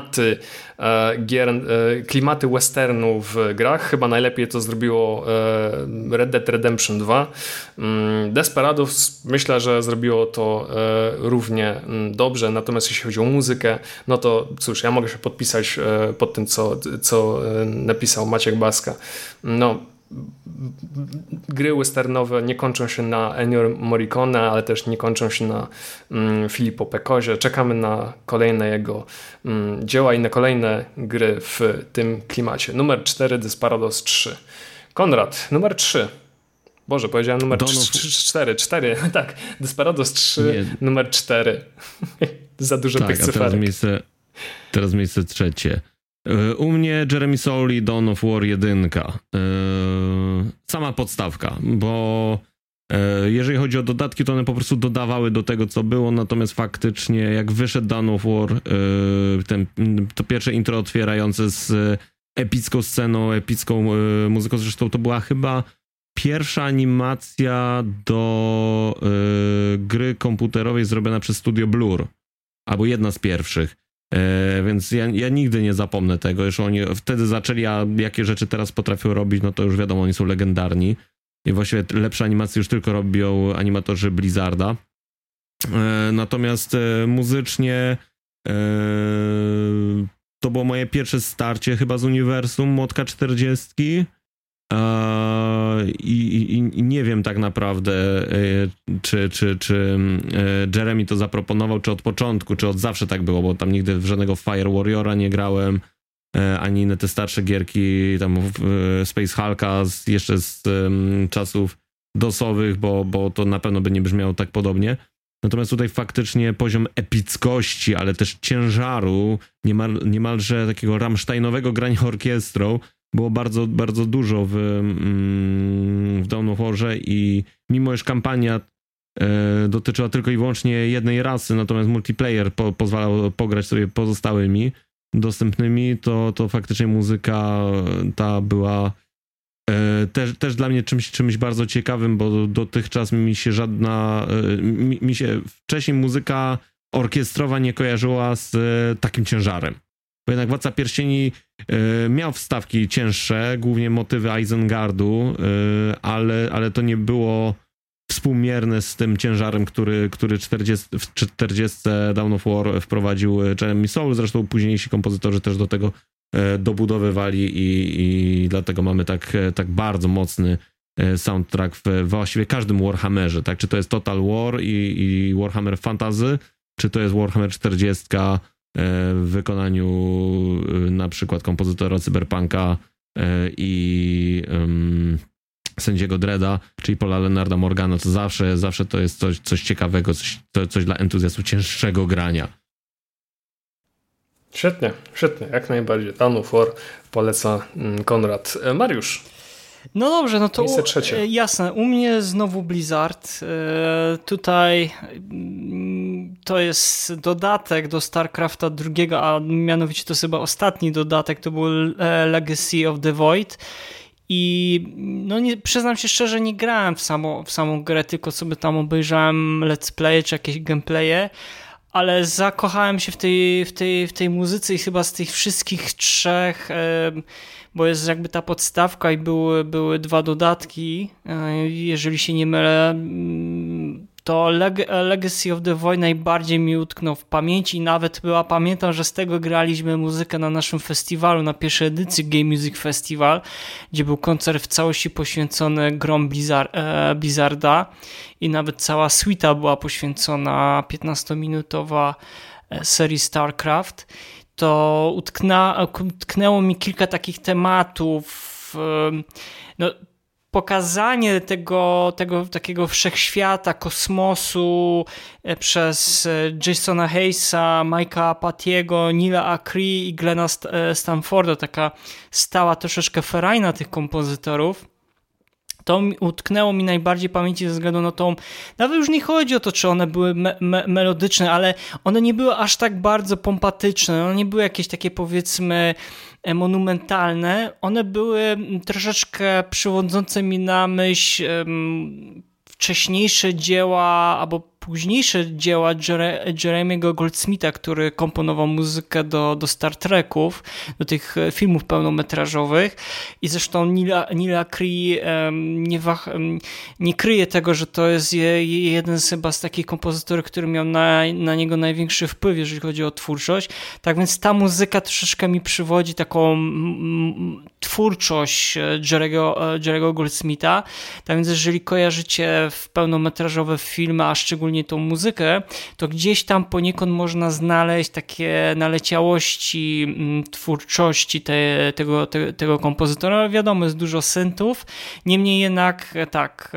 klimaty westernu w grach. Chyba najlepiej to zrobiło Red Dead Redemption 2. Desperados myślę, że zrobiło to równie dobrze, natomiast jeśli chodzi o muzykę, no to cóż, ja mogę się podpisać pod tym, co napisał Maciek Baska. No, gry westernowe nie kończą się na Ennio Morricone, ale też nie kończą się na Filippo Pecosie. Czekamy na kolejne jego dzieła i na kolejne gry w tym klimacie. Numer 4, Desperados 3. Konrad, numer 3. Boże, powiedziałem numer 4. Tak, Desperados 3, nie. Numer 4. Za dużo tych cyferek. Teraz miejsce trzecie. U mnie Jeremy Soule i Dawn of War 1. Sama podstawka, bo jeżeli chodzi o dodatki, to one po prostu dodawały do tego, co było, natomiast faktycznie jak wyszedł Dawn of War, to pierwsze intro otwierające z epicką sceną, epicką muzyką, zresztą to była chyba pierwsza animacja do gry komputerowej zrobiona przez Studio Blur, albo jedna z pierwszych. Więc ja nigdy nie zapomnę tego, już oni wtedy zaczęli, a jakie rzeczy teraz potrafią robić, no to już wiadomo, oni są legendarni i właściwie lepsze animacje już tylko robią animatorzy Blizzarda. Natomiast muzycznie to było moje pierwsze starcie chyba z uniwersum Młotka 40 i nie wiem tak naprawdę, czy Jeremy to zaproponował, czy od początku, czy od zawsze tak było, bo tam nigdy w żadnego Fire Warriora nie grałem, ani inne te starsze gierki, tam Space Hulka jeszcze z czasów DOS-owych, bo to na pewno by nie brzmiało tak podobnie. Natomiast tutaj faktycznie poziom epickości, ale też ciężaru, niemalże takiego rammsteinowego grania orkiestrą było bardzo, bardzo dużo w Dawn of Warze i mimo iż kampania dotyczyła tylko i wyłącznie jednej rasy, natomiast multiplayer pozwalał pograć sobie pozostałymi dostępnymi, to faktycznie muzyka ta była też dla mnie czymś bardzo ciekawym, bo dotychczas mi się wcześniej muzyka orkiestrowa nie kojarzyła z takim ciężarem. Bo jednak Władca Pierścieni miał wstawki cięższe, głównie motywy Isengardu, ale to nie było współmierne z tym ciężarem, który w 40 Dawn of War wprowadził Jeremy Soule. Zresztą późniejsi kompozytorzy też do tego dobudowywali i dlatego mamy tak bardzo mocny soundtrack w właściwie każdym Warhammerze, tak? Czy to jest Total War i Warhammer Fantasy, czy to jest Warhammer 40 w wykonaniu na przykład kompozytora Cyberpunka i Sędziego Dredda, czyli Paula Leonarda Morgana, to zawsze to jest coś ciekawego, coś dla entuzjastów cięższego grania. Świetnie, jak najbardziej. Dawn of War poleca Konrad. Mariusz. No dobrze, no to miejsce trzecie. Jasne, u mnie znowu Blizzard. Tutaj to jest dodatek do StarCrafta II, a mianowicie to jest chyba ostatni dodatek, to był Legacy of the Void. I no nie, przyznam się szczerze, nie grałem w samą grę, tylko sobie tam obejrzałem let's play czy jakieś gameplaye, ale zakochałem się w tej muzyce i chyba z tych wszystkich trzech, bo jest jakby ta podstawka i były dwa dodatki, jeżeli się nie mylę, to Legacy of the Void najbardziej mi utknął w pamięci i nawet pamiętam, że z tego graliśmy muzykę na naszym festiwalu, na pierwszej edycji Game Music Festival, gdzie był koncert w całości poświęcony grom Blizzarda i nawet cała suita była poświęcona 15-minutowa serii StarCraft. To utknęło mi kilka takich tematów, no pokazanie tego takiego wszechświata, kosmosu przez Jasona Hayesa, Mike'a Patiego, Neila Acree i Glena Stanforda, taka stała troszeczkę ferajna tych kompozytorów. To utknęło mi najbardziej w pamięci ze względu na tą, nawet już nie chodzi o to, czy one były melodyczne, ale one nie były aż tak bardzo pompatyczne, one nie były jakieś takie, powiedzmy, monumentalne, one były troszeczkę przywodzące mi na myśl wcześniejsze dzieła albo późniejsze dzieła Jeremiego Goldsmitha, który komponował muzykę do Star Treków, do tych filmów pełnometrażowych i zresztą Neil Acree nie kryje tego, że to jest jeden z takich kompozytorów, który miał na niego największy wpływ, jeżeli chodzi o twórczość. Tak więc ta muzyka troszeczkę mi przywodzi taką twórczość Jerego Goldsmitha. Tak więc jeżeli kojarzycie w pełnometrażowe filmy, a szczególnie tą muzykę, to gdzieś tam poniekąd można znaleźć takie naleciałości twórczości tego kompozytora, ale wiadomo, jest dużo syntów, niemniej jednak tak,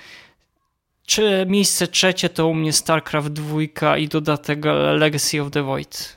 miejsce trzecie to u mnie StarCraft 2 i dodatek Legacy of the Void.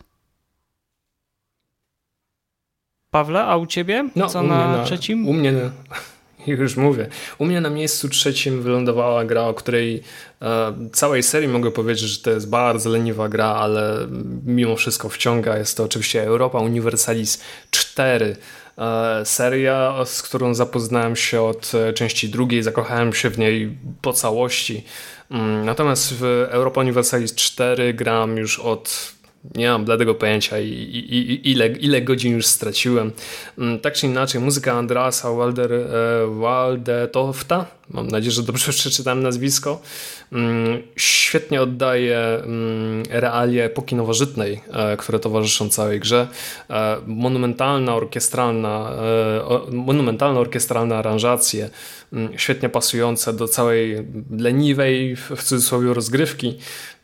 Pawle, a u ciebie? Co na trzecim? U mnie już mówię. U mnie na miejscu trzecim wylądowała gra, o której całej serii mogę powiedzieć, że to jest bardzo leniwa gra, ale mimo wszystko wciąga. Jest to oczywiście Europa Universalis 4. Seria, z którą zapoznałem się od części drugiej, zakochałem się w niej po całości. Natomiast w Europa Universalis 4 gram już od... Nie mam bladego pojęcia ile godzin już straciłem. Tak czy inaczej, muzyka Andreasa Waldetofta, mam nadzieję, że dobrze przeczytałem nazwisko, świetnie oddaje realie epoki nowożytnej, które towarzyszą całej grze. Monumentalne orkiestralne aranżacje, świetnie pasujące do całej leniwej, w cudzysłowie, rozgrywki.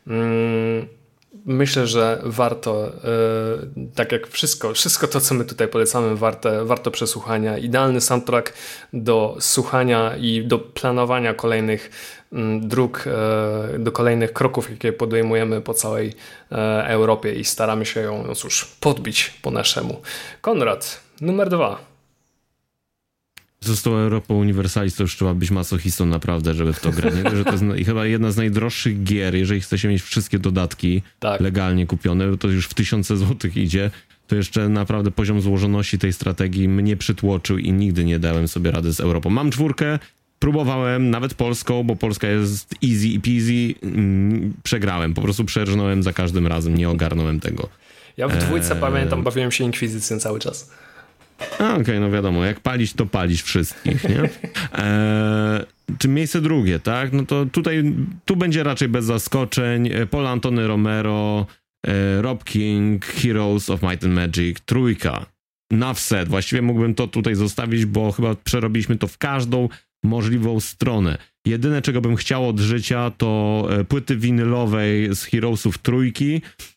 Myślę, że warto, tak jak wszystko to, co my tutaj polecamy, warto przesłuchania. Idealny soundtrack do słuchania i do planowania kolejnych dróg, do kolejnych kroków, jakie podejmujemy po całej Europie i staramy się ją, no cóż, podbić po naszemu. Konrad, numer 2. Została Europa Universalis, to już trzeba być masochistą naprawdę, żeby w to grać. Że to jest chyba jedna z najdroższych gier, jeżeli chce się mieć wszystkie dodatki legalnie kupione, to już w 1000 złotych idzie. To jeszcze naprawdę poziom złożoności tej strategii mnie przytłoczył i nigdy nie dałem sobie rady z Europą. Mam 4, próbowałem nawet polską, bo polska jest easy i peasy. Przegrałem, po prostu przerżnąłem za każdym razem, nie ogarnąłem tego. Ja w 2 pamiętam, bawiłem się Inkwizycją cały czas. Okej, no wiadomo, jak palić, to palić wszystkich, nie? Czy miejsce drugie, tak? No to tu będzie raczej bez zaskoczeń. Paul Antony Romero, Rob King, Heroes of Might and Magic, 3. Enough said. Właściwie mógłbym to tutaj zostawić, bo chyba przerobiliśmy to w każdą możliwą stronę. Jedyne, czego bym chciał od życia, to płyty winylowej z Heroesów 3,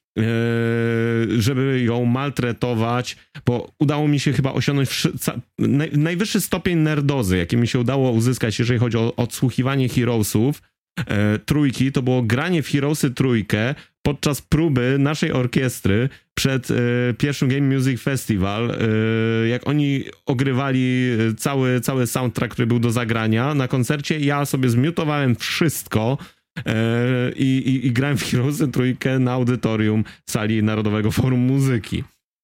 żeby ją maltretować, bo udało mi się chyba osiągnąć najwyższy stopień nerdozy, jaki mi się udało uzyskać, jeżeli chodzi o odsłuchiwanie Heroesów 3, to było granie w Heroesy 3 podczas próby naszej orkiestry przed pierwszym Game Music Festival, jak oni ogrywali cały soundtrack, który był do zagrania na koncercie, ja sobie zmiutowałem wszystko, I grałem w Heroesy trójkę na audytorium sali Narodowego Forum Muzyki.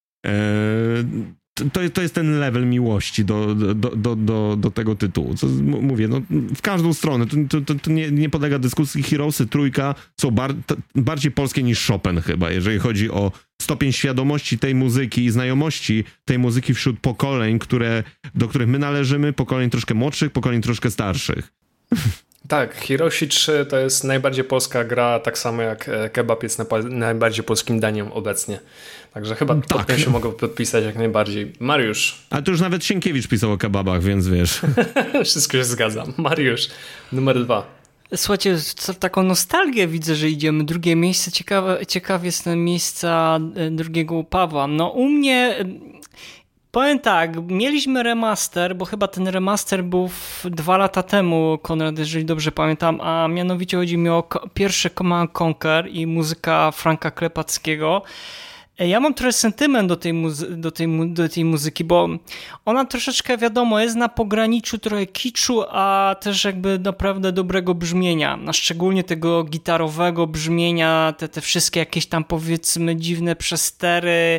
To jest ten level miłości do tego tytułu. Co mówię, no, w każdą stronę. To nie podlega dyskusji. Heroesy trójka są bardziej polskie niż Chopin chyba, jeżeli chodzi o stopień świadomości tej muzyki i znajomości tej muzyki wśród pokoleń, do których my należymy, pokoleń troszkę młodszych, pokoleń troszkę starszych. Tak, Heroesi 3 to jest najbardziej polska gra, tak samo jak kebab jest najbardziej polskim daniem obecnie. Także chyba pod tym się mogę podpisać jak najbardziej. Mariusz. A to już nawet Sienkiewicz pisał o kebabach, więc wiesz. Wszystko się zgadzam. Mariusz, numer 2. Słuchajcie, taką nostalgię widzę, że idziemy. Drugie miejsce, ciekaw jestem miejsca drugiego u Pawła. No u mnie... Powiem tak, mieliśmy remaster, bo chyba ten remaster był 2 lata temu, Konrad, jeżeli dobrze pamiętam, a mianowicie chodzi mi o pierwszy Command & Conquer i muzyka Franka Klepackiego. Ja mam trochę sentyment do tej muzyki, bo ona troszeczkę, wiadomo, jest na pograniczu trochę kiczu, a też jakby naprawdę dobrego brzmienia, a szczególnie tego gitarowego brzmienia, te wszystkie jakieś tam powiedzmy dziwne przestery,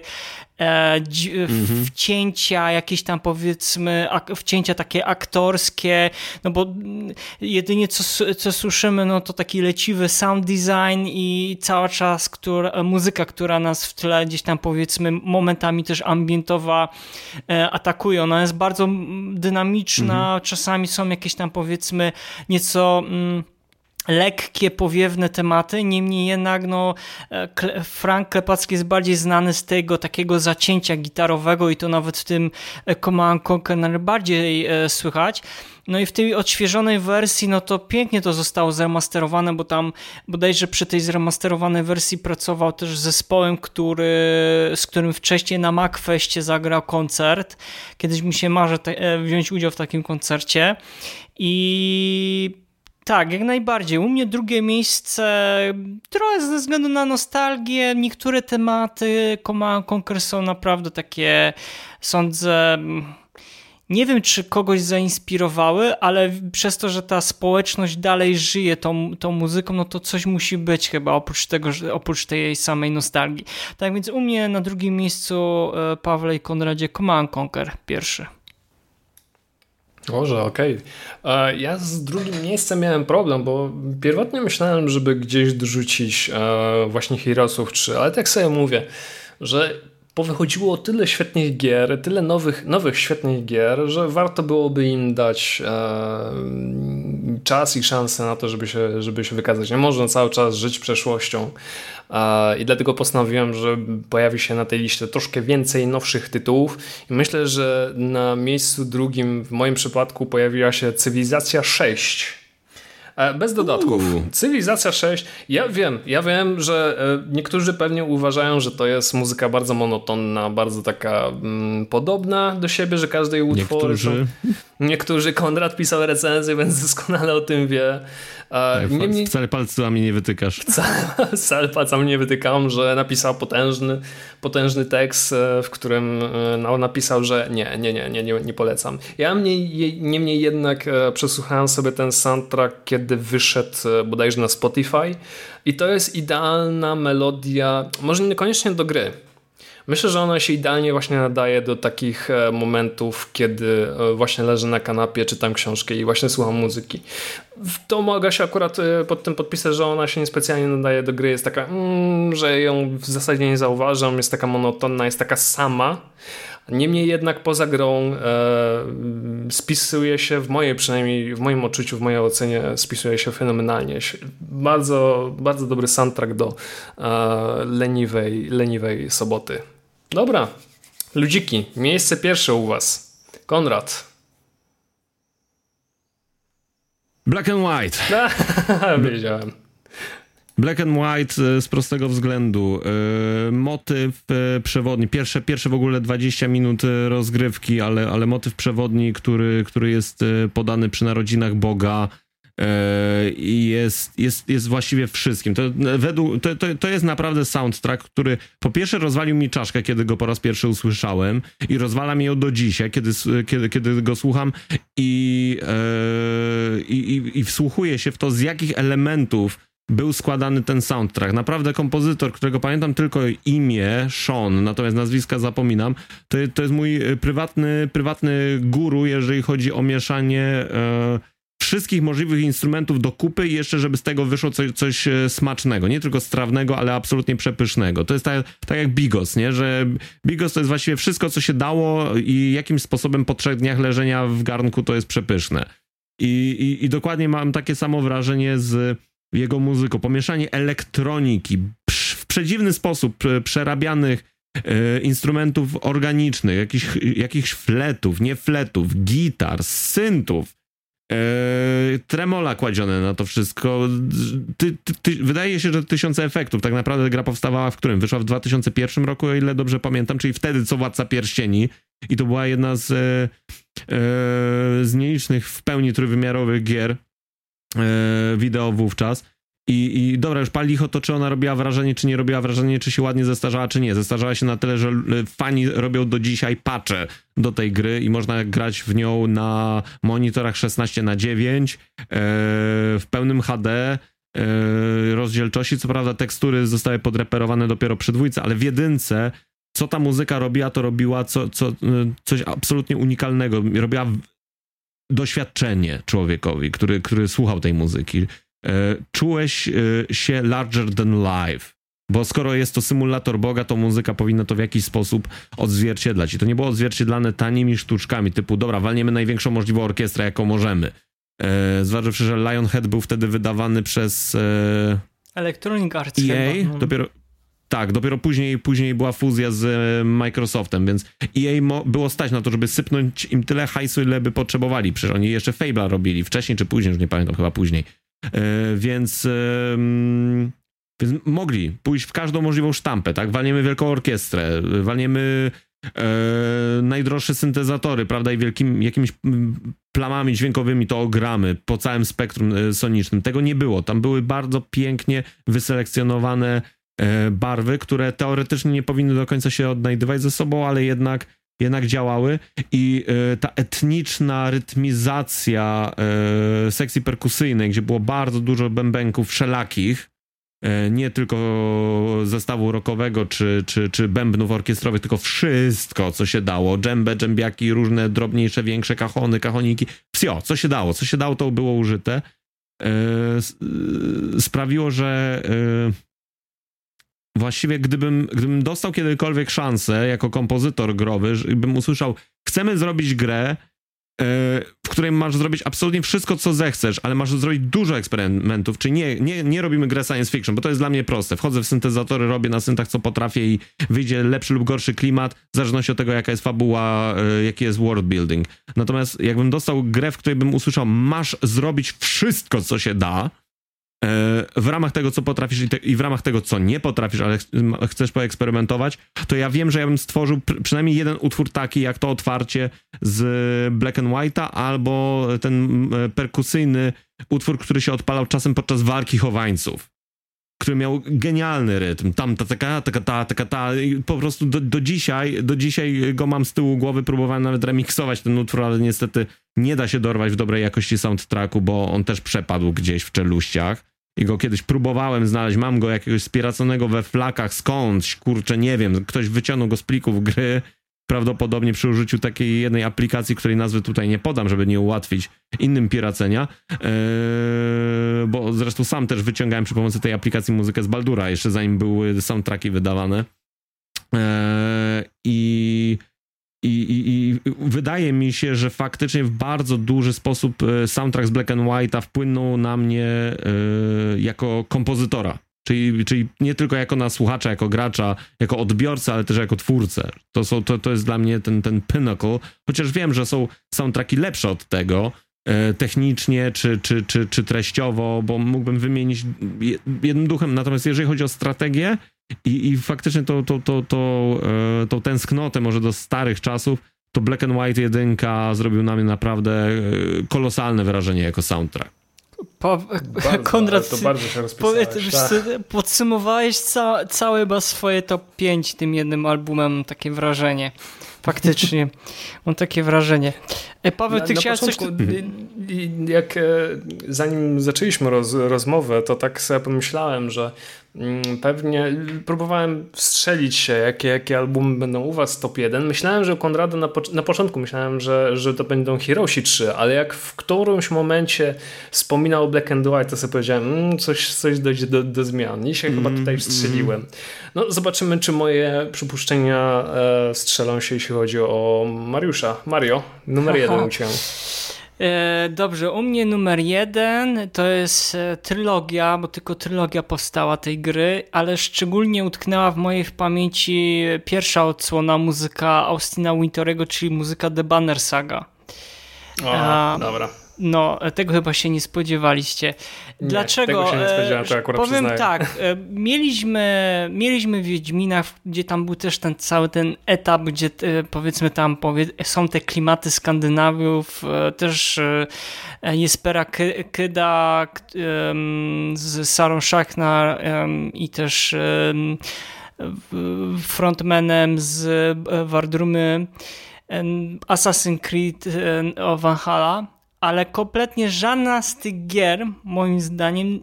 wcięcia, jakieś tam powiedzmy wcięcia takie aktorskie, no bo jedynie co słyszymy, no to taki leciwy sound design i cały czas muzyka, która nas w tle gdzieś tam powiedzmy momentami też ambientowa atakuje. Ona jest bardzo dynamiczna, czasami są jakieś tam powiedzmy nieco... lekkie, powiewne tematy, niemniej jednak no, Frank Klepacki jest bardziej znany z tego takiego zacięcia gitarowego i to nawet w tym Command & Conquer najbardziej słychać. No i w tej odświeżonej wersji, no to pięknie to zostało zremasterowane, bo tam bodajże przy tej zremasterowanej wersji pracował też z zespołem, z którym wcześniej na Macfestie zagrał koncert. Kiedyś mi się marzy wziąć udział w takim koncercie i tak, jak najbardziej. U mnie drugie miejsce trochę ze względu na nostalgię. Niektóre tematy Command & Conquer są naprawdę takie, sądzę, nie wiem czy kogoś zainspirowały, ale przez to, że ta społeczność dalej żyje tą muzyką, no to coś musi być chyba oprócz tej samej nostalgii. Tak więc u mnie na drugim miejscu, Pawle i Konradzie, Command & Conquer pierwszy. Może, okej. Ja z drugim miejscem miałem problem, bo pierwotnie myślałem, żeby gdzieś dorzucić właśnie Heroesów 3, ale tak sobie mówię, że powychodziło tyle świetnych gier, tyle nowych świetnych gier, że warto byłoby im dać czas i szansę na to, żeby się wykazać. Nie można cały czas żyć przeszłością i dlatego postanowiłem, że pojawi się na tej liście troszkę więcej nowszych tytułów i myślę, że na miejscu drugim w moim przypadku pojawiła się Cywilizacja 6. Bez dodatków. Cywilizacja 6. Ja wiem, że niektórzy pewnie uważają, że to jest muzyka bardzo monotonna, bardzo taka podobna do siebie, że każdej utwory Niektórzy, Konrad pisał recenzję, więc doskonale o tym wie. Wcale palcami nie wytykasz. Wcale palcami nie wytykam, że napisał potężny tekst, w którym napisał, że nie polecam. Ja niemniej jednak przesłuchałem sobie ten soundtrack, kiedy wyszedł bodajże na Spotify i to jest idealna melodia, może niekoniecznie do gry. Myślę, że ona się idealnie właśnie nadaje do takich momentów, kiedy właśnie leżę na kanapie, czytam książkę i właśnie słucham muzyki. To mogę się akurat pod tym podpisać, że ona się niespecjalnie nadaje do gry. Jest taka, że ją w zasadzie nie zauważam, jest taka monotonna, jest taka sama. Niemniej jednak poza grą spisuje się, przynajmniej w moim odczuciu, w mojej ocenie, spisuje się fenomenalnie. Bardzo, bardzo dobry soundtrack do leniwej soboty. Dobra, ludziki, miejsce pierwsze u was. Konrad. Black and White. Wiedziałem. Black and White z prostego względu. Motyw przewodni. Pierwsze w ogóle 20 minut rozgrywki, ale motyw przewodni, który jest podany przy narodzinach Boga. i jest właściwie wszystkim. To jest naprawdę soundtrack, który po pierwsze rozwalił mi czaszkę, kiedy go po raz pierwszy usłyszałem i rozwala mi ją do dzisiaj, kiedy go słucham i wsłuchuję się w to, z jakich elementów był składany ten soundtrack. Naprawdę kompozytor, którego pamiętam tylko imię, Sean, natomiast nazwiska zapominam, to jest mój prywatny guru, jeżeli chodzi o mieszanie wszystkich możliwych instrumentów do kupy i jeszcze, żeby z tego wyszło coś smacznego. Nie tylko strawnego, ale absolutnie przepysznego. To jest tak jak bigos, nie? Że bigos to jest właściwie wszystko, co się dało i jakimś sposobem po 3 dniach leżenia w garnku to jest przepyszne. I dokładnie mam takie samo wrażenie z jego muzyką. Pomieszanie elektroniki w przedziwny sposób przerabianych instrumentów organicznych, jakichś fletów, nie fletów, gitar, syntów, tremola kładzione na to wszystko. Wydaje się, że 1000 efektów. Tak naprawdę gra powstawała w którym? Wyszła w 2001 roku, o ile dobrze pamiętam, czyli wtedy co Władca Pierścieni. I to była jedna z nielicznych w pełni trójwymiarowych gier wideo wówczas. I dobra, już pal licho to, czy ona robiła wrażenie, czy nie robiła wrażenie, czy się ładnie zestarzała, czy nie. Zestarzała się na tyle, że fani robią do dzisiaj patche do tej gry i można grać w nią na monitorach 16:9 w pełnym HD rozdzielczości. Co prawda tekstury zostały podreperowane dopiero przy 2, ale w 1 co ta muzyka robiła, to robiła coś absolutnie unikalnego. Robiła doświadczenie człowiekowi, który słuchał tej muzyki. Czułeś się larger than life, bo skoro jest to symulator Boga, to muzyka powinna to w jakiś sposób odzwierciedlać. I to nie było odzwierciedlane tanimi sztuczkami, typu dobra, walniemy największą możliwą orkiestrę, jaką możemy. Zważywszy, że Lionhead był wtedy wydawany przez Electronic Arts EA, chyba. dopiero później była fuzja z Microsoftem, więc EA było stać na to, żeby sypnąć im tyle hajsu, ile by potrzebowali. Przecież oni jeszcze Fable'a robili wcześniej czy później, już nie pamiętam, chyba później. Więc mogli pójść w każdą możliwą sztampę, tak? Walniemy wielką orkiestrę, walniemy najdroższe syntezatory, prawda? I jakimiś plamami dźwiękowymi to ogramy po całym spektrum sonicznym. Tego nie było. Tam były bardzo pięknie wyselekcjonowane barwy, które teoretycznie nie powinny do końca się odnajdywać ze sobą, ale jednak działały i ta etniczna rytmizacja sekcji perkusyjnej, gdzie było bardzo dużo bębenków wszelakich, nie tylko zestawu rockowego czy bębnów orkiestrowych, tylko wszystko, co się dało, dżembę, dżembiaki, różne drobniejsze, większe kachony, kachoniki, co się dało, to było użyte, sprawiło, że właściwie gdybym dostał kiedykolwiek szansę jako kompozytor growy, bym usłyszał, chcemy zrobić grę, w której masz zrobić absolutnie wszystko, co zechcesz, ale masz zrobić dużo eksperymentów, czyli nie robimy grę science fiction, bo to jest dla mnie proste. Wchodzę w syntezatory, robię na syntach, co potrafię i wyjdzie lepszy lub gorszy klimat, w zależności od tego, jaka jest fabuła, jaki jest world building. Natomiast jakbym dostał grę, w której bym usłyszał, masz zrobić wszystko, co się da, w ramach tego, co potrafisz i w ramach tego, co nie potrafisz, ale chcesz poeksperymentować, to ja wiem, że ja bym stworzył przynajmniej jeden utwór taki, jak to otwarcie z Black and White'a, albo ten perkusyjny utwór, który się odpalał czasem podczas walki chowańców, który miał genialny rytm. Tam ta i po prostu do dzisiaj go mam z tyłu głowy, próbowałem nawet remiksować ten utwór, ale niestety nie da się dorwać w dobrej jakości soundtracku, bo on też przepadł gdzieś w czeluściach. I go kiedyś próbowałem znaleźć, mam go jakiegoś spieraconego we flakach skądś, kurczę, nie wiem, ktoś wyciągnął go z plików gry, prawdopodobnie przy użyciu takiej jednej aplikacji, której nazwy tutaj nie podam, żeby nie ułatwić innym piracenia, bo zresztą sam też wyciągałem przy pomocy tej aplikacji muzykę z Baldura, jeszcze zanim były soundtracki wydawane. I wydaje mi się, że faktycznie w bardzo duży sposób soundtrack z Black and White'a wpłynął na mnie jako kompozytora. Czyli nie tylko jako na słuchacza, jako gracza, jako odbiorcę, ale też jako twórcę. To jest dla mnie ten pinnacle, chociaż wiem, że są soundtracki lepsze od tego, technicznie czy treściowo, bo mógłbym wymienić jednym duchem, natomiast jeżeli chodzi o strategię i faktycznie tą tęsknotę może do starych czasów, to Black and White 1 zrobił na mnie naprawdę kolosalne wrażenie jako soundtrack. Konrad, to bardzo się rozpisałeś. Podsumowałeś całe chyba swoje top 5 tym jednym albumem, mam takie wrażenie. Faktycznie, mam takie wrażenie. Paweł, ty chciałeś coś... Zanim zaczęliśmy rozmowę, to tak sobie pomyślałem, że pewnie próbowałem wstrzelić się, jakie albumy będą u was top 1. Myślałem, że Konrada na początku myślałem, że to będą Hiroshi 3, ale jak w którymś momencie wspominał Black and White, to sobie powiedziałem, coś dojdzie do zmian i się chyba tutaj wstrzeliłem. No zobaczymy, czy moje przypuszczenia strzelą się, jeśli chodzi o Mariusza. Mario, numer 1 u ciebie. Dobrze, u mnie numer 1 to jest trylogia, bo tylko trylogia powstała tej gry, ale szczególnie utknęła w mojej pamięci pierwsza odsłona muzyka Austina Wintorego, czyli muzyka The Banner Saga. Dobra. No, tego chyba się nie spodziewaliście. Dlaczego? Tego się nie spodziewałem, to akurat powiem przyznaję. tak, mieliśmy Wiedźmina, gdzie tam był też ten cały ten etap, gdzie powiedzmy tam są te klimaty Skandynawiów, też Jespera Kyda z Sarą Schachner i też frontmanem z Wardrumy Assassin's Creed Valhalla. Ale kompletnie żadna z tych gier, moim zdaniem,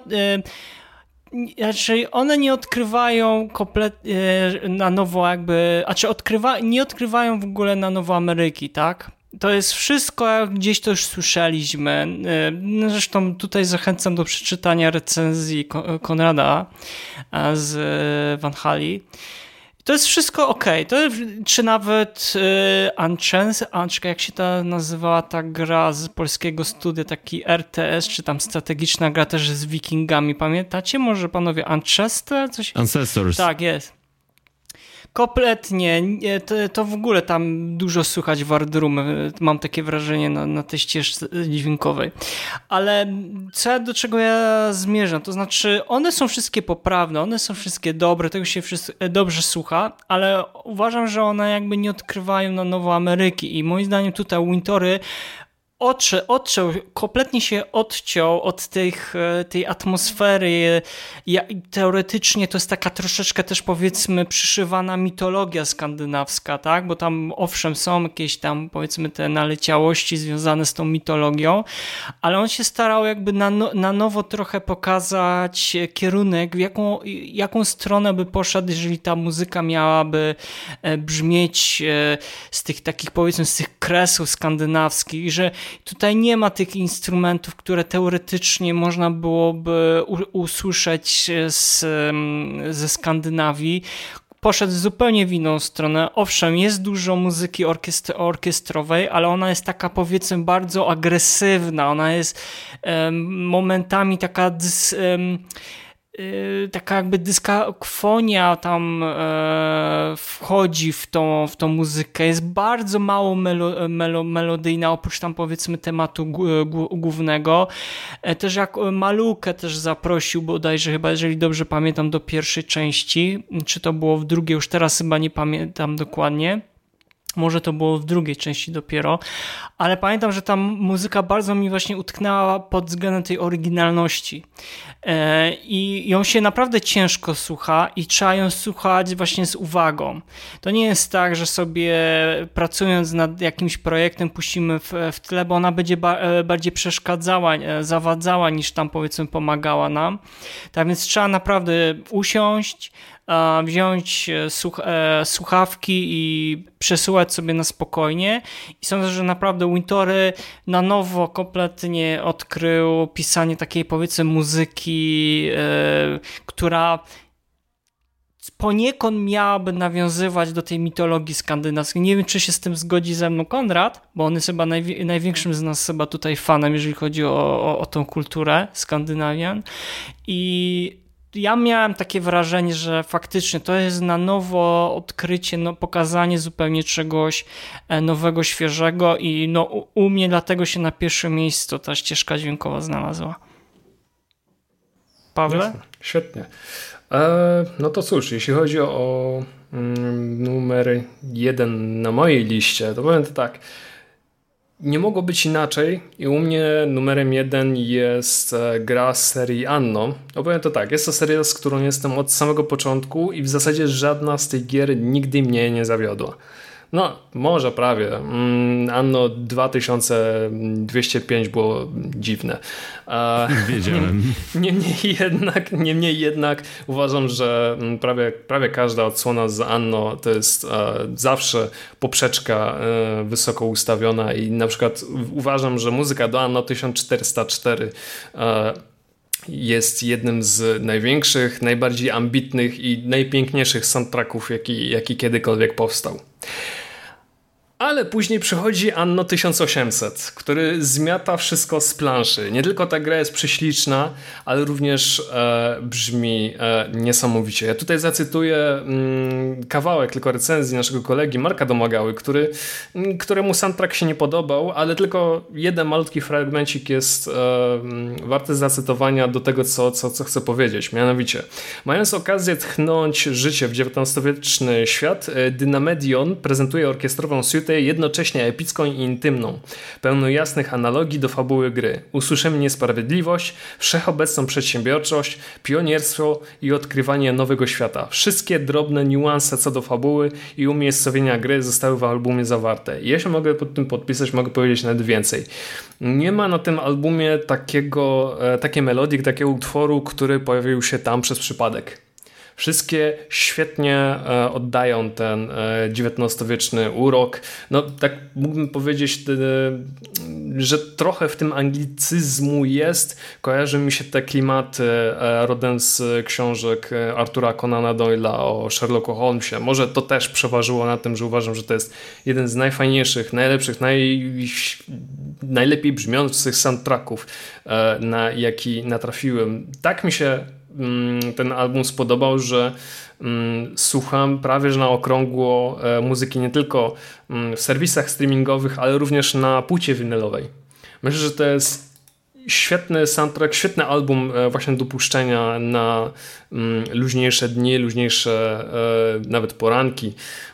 one nie odkrywają na nowo nie odkrywają w ogóle na nowo Ameryki, tak? To jest wszystko, jak gdzieś to już słyszeliśmy. Zresztą tutaj zachęcam do przeczytania recenzji Konrada z Valhalli. To jest wszystko okej. Czy nawet jak się ta nazywała ta gra z polskiego studia, taki RTS, czy tam strategiczna gra też z wikingami, pamiętacie? Może panowie Ancestors. Tak, jest. Kompletnie, to w ogóle tam dużo słychać Wardrumy, mam takie wrażenie na tej ścieżce dźwiękowej. Ale do czego ja zmierzam? To znaczy, one są wszystkie poprawne, one są wszystkie dobre, tego się dobrze słucha, ale uważam, że one jakby nie odkrywają na nowo Ameryki i moim zdaniem tutaj Wintory kompletnie się odciął od tej atmosfery. Teoretycznie to jest taka troszeczkę też powiedzmy przyszywana mitologia skandynawska, tak? Bo tam owszem są jakieś tam powiedzmy te naleciałości związane z tą mitologią, ale on się starał jakby na nowo trochę pokazać kierunek, w jaką stronę by poszedł, jeżeli ta muzyka miałaby brzmieć z tych takich powiedzmy z tych kresów skandynawskich, że tutaj nie ma tych instrumentów, które teoretycznie można byłoby usłyszeć ze Skandynawii. Poszedł zupełnie w inną stronę. Owszem, jest dużo muzyki orkiestrowej, ale ona jest taka powiedzmy bardzo agresywna. Ona jest momentami taka jakby dyskakfonia tam wchodzi w tą muzykę. Jest bardzo mało melodyjna, oprócz tam powiedzmy tematu głównego. Też jak Malukę też zaprosił bodajże chyba, jeżeli dobrze pamiętam, do pierwszej części. Czy to było w drugiej? Już teraz chyba nie pamiętam dokładnie. Może to było w drugiej części dopiero, ale pamiętam, że ta muzyka bardzo mi właśnie utknęła pod względem tej oryginalności i ją się naprawdę ciężko słucha i trzeba ją słuchać właśnie z uwagą. To nie jest tak, że sobie pracując nad jakimś projektem puścimy w tle, bo ona będzie bardziej przeszkadzała, zawadzała niż tam powiedzmy pomagała nam. Tak więc trzeba naprawdę usiąść, wziąć słuchawki i przesyłać sobie na spokojnie i sądzę, że naprawdę Wintory na nowo kompletnie odkrył pisanie takiej powiedzmy muzyki, która poniekąd miałaby nawiązywać do tej mitologii skandynawskiej. Nie wiem, czy się z tym zgodzi ze mną Konrad, bo on jest chyba największym z nas chyba tutaj fanem, jeżeli chodzi o tą kulturę Skandynawian i ja miałem takie wrażenie, że faktycznie to jest na nowo odkrycie, pokazanie zupełnie czegoś nowego, świeżego i u mnie dlatego się na pierwszym miejscu ta ścieżka dźwiękowa znalazła. Pawle? Jasne. Świetnie. No to cóż, jeśli chodzi o numer 1 na mojej liście, to powiem to tak. nie mogło być inaczej i u mnie numerem 1 jest gra z serii Anno. Opowiem to tak, jest to seria, z którą jestem od samego początku i w zasadzie żadna z tych gier nigdy mnie nie zawiodła. No, może prawie. Anno 2205 było dziwne. Wiedziałem. Niemniej jednak uważam, że prawie każda odsłona z Anno to jest zawsze poprzeczka wysoko ustawiona i na przykład uważam, że muzyka do Anno 1404 jest jednym z największych, najbardziej ambitnych i najpiękniejszych soundtracków, jaki kiedykolwiek powstał. Ale później przychodzi Anno 1800, który zmiata wszystko z planszy. Nie tylko ta gra jest prześliczna, ale również brzmi niesamowicie. Ja tutaj zacytuję kawałek tylko recenzji naszego kolegi Marka Domagały, któremu soundtrack się nie podobał, ale tylko jeden malutki fragmencik jest warty zacytowania do tego, co chcę powiedzieć. Mianowicie, mając okazję tchnąć życie w XIX-wieczny świat, Dynamedion prezentuje orkiestrową suite jednocześnie epicką i intymną, pełną jasnych analogii do fabuły gry. Usłyszymy niesprawiedliwość, wszechobecną przedsiębiorczość, pionierstwo i odkrywanie nowego świata. Wszystkie drobne niuanse co do fabuły i umiejscowienia gry zostały w albumie zawarte. I jeśli mogę pod tym podpisać, mogę powiedzieć nawet więcej. Nie ma na tym albumie takiej melodii, takiego utworu, który pojawił się tam przez przypadek. Wszystkie świetnie oddają ten XIX-wieczny urok. No tak mógłbym powiedzieć, że trochę w tym anglicyzmu jest. Kojarzy mi się te klimaty rodem z książek Artura Conana Doyle'a o Sherlocku Holmesie. Może to też przeważyło na tym, że uważam, że to jest jeden z najfajniejszych, najlepszych, najlepiej brzmiących soundtracków, na jaki natrafiłem. Tak mi się ten album spodobał, że słucham prawie że na okrągło muzyki nie tylko w serwisach streamingowych, ale również na płycie winylowej. Myślę, że to jest świetny soundtrack, świetny album właśnie do puszczenia na luźniejsze dni, luźniejsze nawet poranki.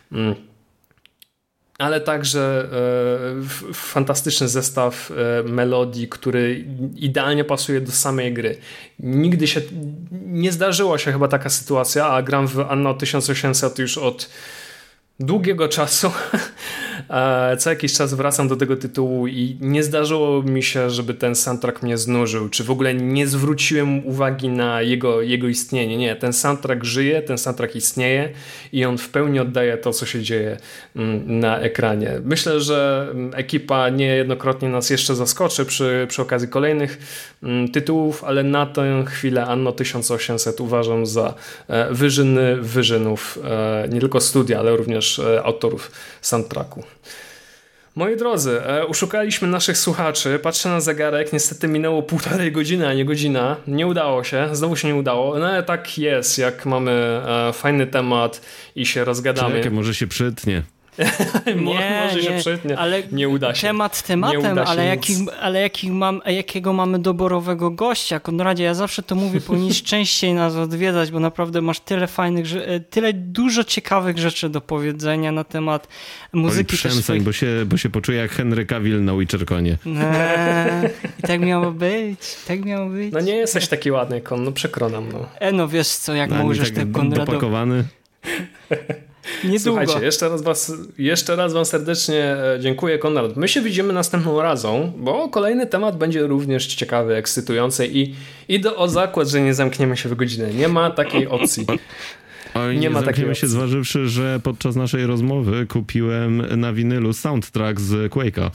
Ale także fantastyczny zestaw melodii, który idealnie pasuje do samej gry. Nigdy się nie zdarzyła się chyba taka sytuacja, a gram w Anno 1800 już od długiego czasu. Co jakiś czas wracam do tego tytułu i nie zdarzyło mi się, żeby ten soundtrack mnie znużył, czy w ogóle nie zwróciłem uwagi na jego istnienie. Nie, ten soundtrack żyje, ten soundtrack istnieje i on w pełni oddaje to, co się dzieje na ekranie. Myślę, że ekipa niejednokrotnie nas jeszcze zaskoczy przy okazji kolejnych tytułów, ale na tę chwilę Anno 1800 uważam za wyżyny wyżynów nie tylko studia, ale również autorów soundtracku. Moi drodzy, uszukaliśmy naszych słuchaczy, patrzę na zegarek, niestety minęło 1,5 godziny, a nie godzina. Nie udało się, znowu się nie udało, no ale tak jest, jak mamy fajny temat i się rozgadamy. Czekaj, może się przytnie. Może się przytnie, ale nie uda się. Temat tematem, ale jakiego mamy doborowego gościa. Konradzie, ja zawsze to mówię, powinieneś częściej nas odwiedzać, bo naprawdę masz tyle dużo ciekawych rzeczy do powiedzenia na temat muzyki. Przemysł, bo się poczuję jak Henry Cavill na Witcherconie. I tak miało być. No nie jesteś taki ładny, Kon, no przekronam. No wiesz co, jak możesz tak Konradowi... dopakowany. Niedługo. Słuchajcie, jeszcze raz wam serdecznie dziękuję, Konrad. My się widzimy następną razą, bo kolejny temat będzie również ciekawy, ekscytujący i o zakład, że nie zamkniemy się w godzinę. Nie ma takiej opcji. Nie ma takiej się zważywszy, że podczas naszej rozmowy kupiłem na winylu soundtrack z Quake'a.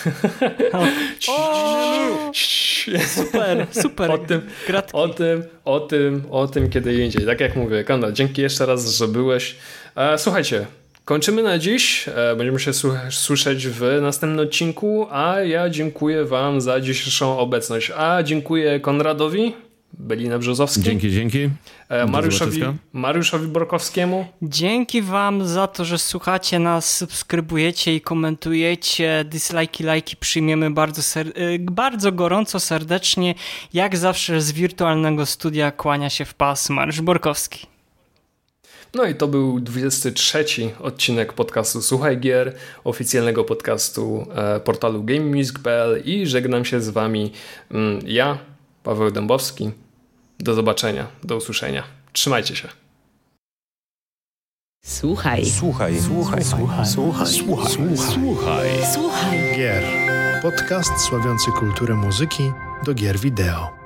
Super. O tym kiedy indziej. Tak jak mówię, Konrad, dzięki jeszcze raz, że byłeś. Słuchajcie, kończymy na dziś. Będziemy się słyszeć w następnym odcinku, a ja dziękuję wam za dzisiejszą obecność. A dziękuję Konradowi, Belina Brzozowski. Dzięki. Mariuszowi Borkowskiemu. Dzięki wam za to, że słuchacie nas, subskrybujecie i komentujecie. Dislajki, lajki przyjmiemy bardzo gorąco, serdecznie. Jak zawsze z wirtualnego studia kłania się w pas Mariusz Borkowski. No i to był 23. odcinek podcastu Słuchaj Gier, oficjalnego podcastu portalu GameMusic.pl i żegnam się z wami ja, Paweł Dębowski. Do zobaczenia, do usłyszenia. Trzymajcie się. Słuchaj. Słuchaj. Słuchaj. Słuchaj. Słuchaj. Słuchaj. Słuchaj. Słuchaj. Gier. Podcast sławiący kulturę muzyki do gier wideo.